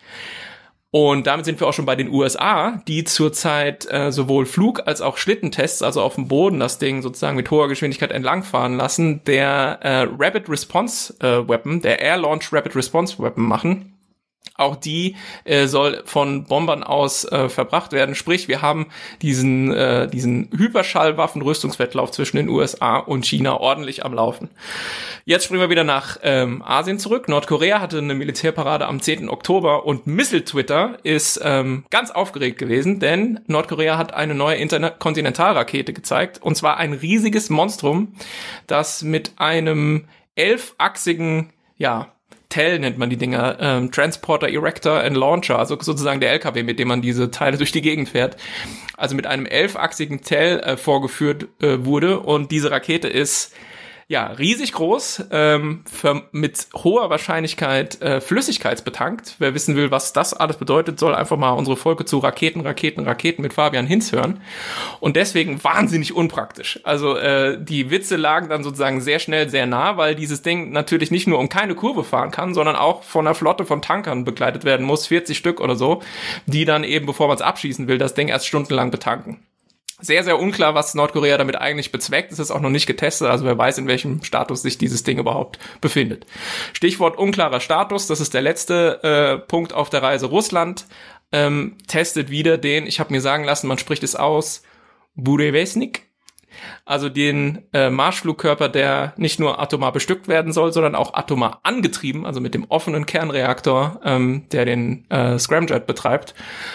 Und damit sind wir auch schon bei den U S A, die zurzeit äh, sowohl Flug- als auch Schlittentests, also auf dem Boden das Ding sozusagen mit hoher Geschwindigkeit entlangfahren lassen, der äh, Rapid Response äh, Weapon, der Air Launch Rapid Response Weapon machen. Auch die äh, soll von Bombern aus äh, verbracht werden. Sprich, wir haben diesen äh, diesen Hyperschallwaffen-Rüstungswettlauf zwischen den U S A und China ordentlich am Laufen. Jetzt springen wir wieder nach ähm, Asien zurück. Nordkorea hatte eine Militärparade am zehnten Oktober und Missile Twitter ist ähm, ganz aufgeregt gewesen, denn Nordkorea hat eine neue Interkontinentalrakete gezeigt, und zwar ein riesiges Monstrum, das mit einem elfachsigen, ja, T E L nennt man die Dinger, ähm, Transporter, Erector and Launcher, also sozusagen der L K W, mit dem man diese Teile durch die Gegend fährt, also mit einem elfachsigen T E L äh, vorgeführt äh, wurde, und diese Rakete ist ja riesig groß, ähm, für, mit hoher Wahrscheinlichkeit äh, flüssigkeitsbetankt. Wer wissen will, was das alles bedeutet, soll einfach mal unsere Folge zu Raketen, Raketen, Raketen mit Fabian Hinz hören. Und deswegen wahnsinnig unpraktisch. Also äh, die Witze lagen dann sozusagen sehr schnell sehr nah, weil dieses Ding natürlich nicht nur um keine Kurve fahren kann, sondern auch von einer Flotte von Tankern begleitet werden muss, vierzig Stück oder so, die dann eben, bevor man es abschießen will, das Ding erst stundenlang betanken. Sehr, sehr unklar, was Nordkorea damit eigentlich bezweckt. Es ist auch noch nicht getestet, also wer weiß, in welchem Status sich dieses Ding überhaupt befindet. Stichwort unklarer Status, das ist der letzte äh, Punkt auf der Reise. Russland ähm, testet wieder den, ich habe mir sagen lassen, man spricht es aus, Burevestnik, also den äh, Marschflugkörper, der nicht nur atomar bestückt werden soll, sondern auch atomar angetrieben, also mit dem offenen Kernreaktor, ähm, der den äh, Scramjet betreibt.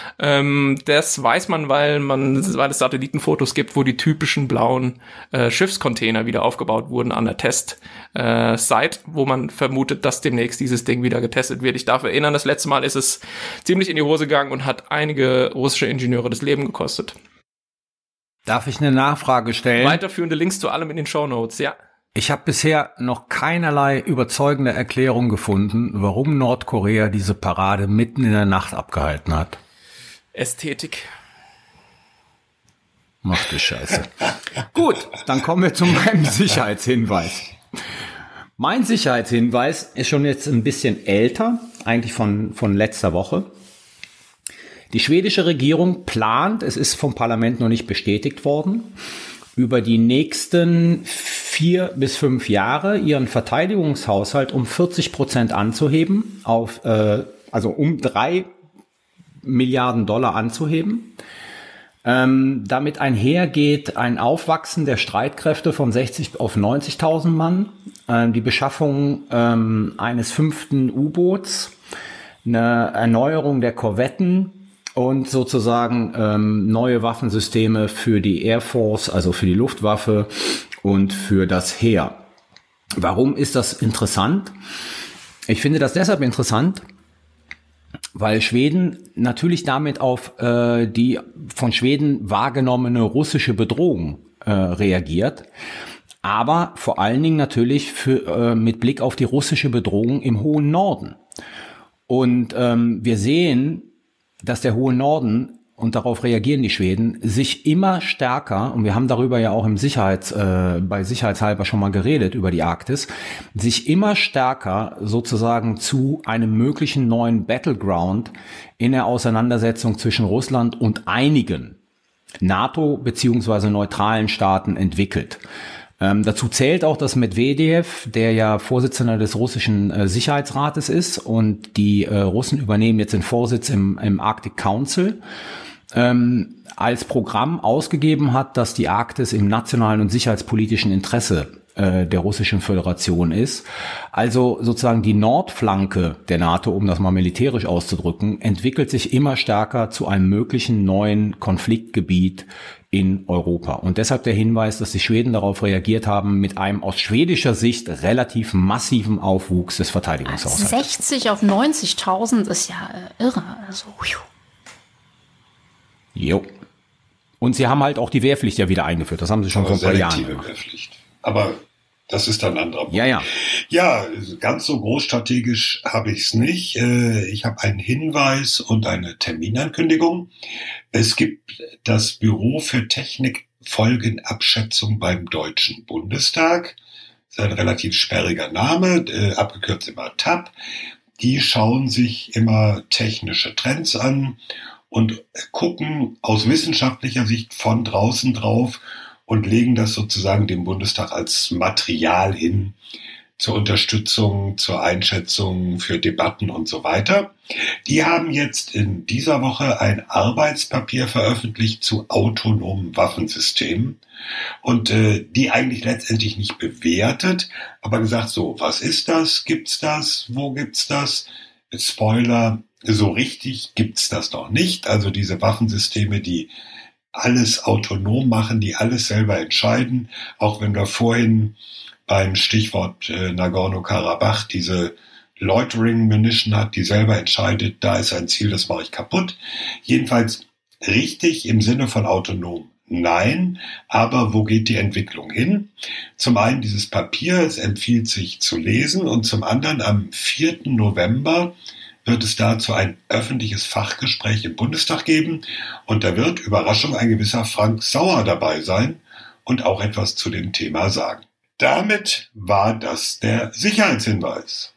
Ähm, das weiß man, weil man, weil es Satellitenfotos gibt, wo die typischen blauen äh, Schiffscontainer wieder aufgebaut wurden an der Test äh, Site, wo man vermutet, dass demnächst dieses Ding wieder getestet wird. Ich darf erinnern, das letzte Mal ist es ziemlich in die Hose gegangen und hat einige russische Ingenieure das Leben gekostet. Darf ich eine Nachfrage stellen? Weiterführende Links zu allem in den Shownotes, ja. Ich habe bisher noch keinerlei überzeugende Erklärung gefunden, warum Nordkorea diese Parade mitten in der Nacht abgehalten hat. Ästhetik. Mach die Scheiße. Gut, dann kommen wir zu meinem Sicherheitshinweis. Mein Sicherheitshinweis ist schon jetzt ein bisschen älter, eigentlich von, von letzter Woche. Die schwedische Regierung plant, es ist vom Parlament noch nicht bestätigt worden, über die nächsten vier bis fünf Jahre ihren Verteidigungshaushalt um vierzig Prozent anzuheben, auf, äh, also um drei Milliarden Dollar anzuheben. Ähm, damit einhergeht ein Aufwachsen der Streitkräfte von sechzig auf neunzigtausend Mann, ähm, die Beschaffung ähm, eines fünften U-Boots, eine Erneuerung der Korvetten, und sozusagen ähm, neue Waffensysteme für die Air Force, also für die Luftwaffe und für das Heer. Warum ist das interessant? Ich finde das deshalb interessant, weil Schweden natürlich damit auf äh, die von Schweden wahrgenommene russische Bedrohung äh, reagiert, aber vor allen Dingen natürlich für, äh, mit Blick auf die russische Bedrohung im hohen Norden. Und ähm, wir sehen, dass der hohe Norden, und darauf reagieren die Schweden, sich immer stärker, und wir haben darüber ja auch im Sicherheits, äh, bei Sicherheitshalber schon mal geredet, über die Arktis, sich immer stärker sozusagen zu einem möglichen neuen Battleground in der Auseinandersetzung zwischen Russland und einigen NATO- beziehungsweise neutralen Staaten entwickelt. Ähm, dazu zählt auch, dass Medvedev, der ja Vorsitzender des russischen äh, Sicherheitsrates ist, und die äh, Russen übernehmen jetzt den Vorsitz im, im Arctic Council, ähm, als Programm ausgegeben hat, dass die Arktis im nationalen und sicherheitspolitischen Interesse äh, der Russischen Föderation ist. Also sozusagen die Nordflanke der NATO, um das mal militärisch auszudrücken, entwickelt sich immer stärker zu einem möglichen neuen Konfliktgebiet in Europa. Und deshalb der Hinweis, dass die Schweden darauf reagiert haben mit einem aus schwedischer Sicht relativ massiven Aufwuchs des Verteidigungshaushalts. sechzig auf neunzigtausend ist ja äh, irre. Also, jo. Und sie haben halt auch die Wehrpflicht ja wieder eingeführt. Das haben sie schon Aber vor ein paar Jahren selektive gemacht. Wehrpflicht. Aber das ist dann ein anderer Punkt. Ja, ja. Ja, ganz so großstrategisch habe ich es nicht. Ich habe einen Hinweis und eine Terminankündigung. Es gibt das Büro für Technikfolgenabschätzung beim Deutschen Bundestag. Das ist ein relativ sperriger Name, abgekürzt immer T A B. Die schauen sich immer technische Trends an und gucken aus wissenschaftlicher Sicht von draußen drauf und legen das sozusagen dem Bundestag als Material hin zur Unterstützung, zur Einschätzung, für Debatten und so weiter. Die haben jetzt in dieser Woche ein Arbeitspapier veröffentlicht zu autonomen Waffensystemen und äh, die eigentlich letztendlich nicht bewertet, aber gesagt, so, was ist das? Gibt's das? Wo gibt's das? Spoiler, so richtig gibt's das noch nicht. Also diese Waffensysteme, die alles autonom machen, die alles selber entscheiden, auch wenn wir vorhin beim Stichwort äh, Nagorno-Karabach diese Loitering Munition hat, die selber entscheidet, da ist ein Ziel, das mache ich kaputt. Jedenfalls richtig im Sinne von autonom. Nein, aber wo geht die Entwicklung hin? Zum einen dieses Papier, es empfiehlt sich zu lesen, und zum anderen am vierten November wird es dazu ein öffentliches Fachgespräch im Bundestag geben und da wird, Überraschung, ein gewisser Frank Sauer dabei sein und auch etwas zu dem Thema sagen. Damit war das der Sicherheitshinweis.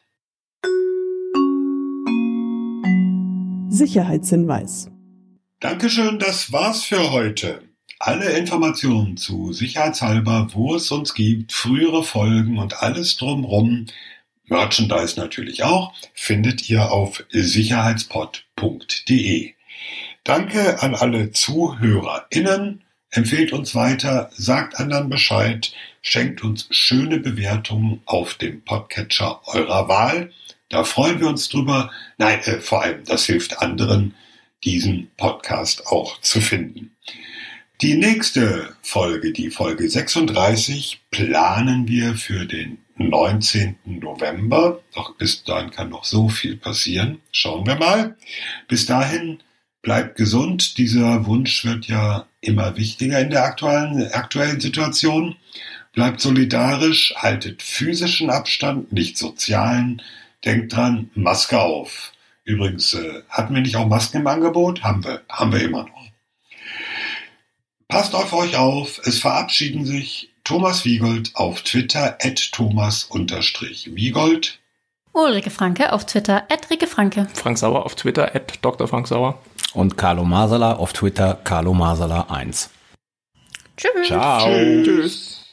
Sicherheitshinweis. Dankeschön, das war's für heute. Alle Informationen zu Sicherheitshalber, wo es uns gibt, frühere Folgen und alles drumrum, Merchandise natürlich auch, findet ihr auf sicherheitspod punkt de. Danke an alle ZuhörerInnen. Empfehlt uns weiter, sagt anderen Bescheid, schenkt uns schöne Bewertungen auf dem Podcatcher eurer Wahl. Da freuen wir uns drüber. Nein, äh, vor allem, das hilft anderen, diesen Podcast auch zu finden. Die nächste Folge, die Folge sechsunddreißig, planen wir für den neunzehnten November. Doch bis dahin kann noch so viel passieren. Schauen wir mal. Bis dahin bleibt gesund. Dieser Wunsch wird ja immer wichtiger in der aktuellen, aktuellen Situation. Bleibt solidarisch, haltet physischen Abstand, nicht sozialen. Denkt dran, Maske auf. Übrigens, äh, hatten wir nicht auch Masken im Angebot? Haben wir, haben wir immer noch. Passt auf euch auf. Es verabschieden sich Thomas Wiegold auf Twitter at Thomas-Wiegold. Ulrike Franke auf Twitter at Rike Franke. Frank Sauer auf Twitter at Doktor Frank Sauer. Und Carlo Masala auf Twitter Carlo Masala eins. Tschüss. Ciao. Tschüss.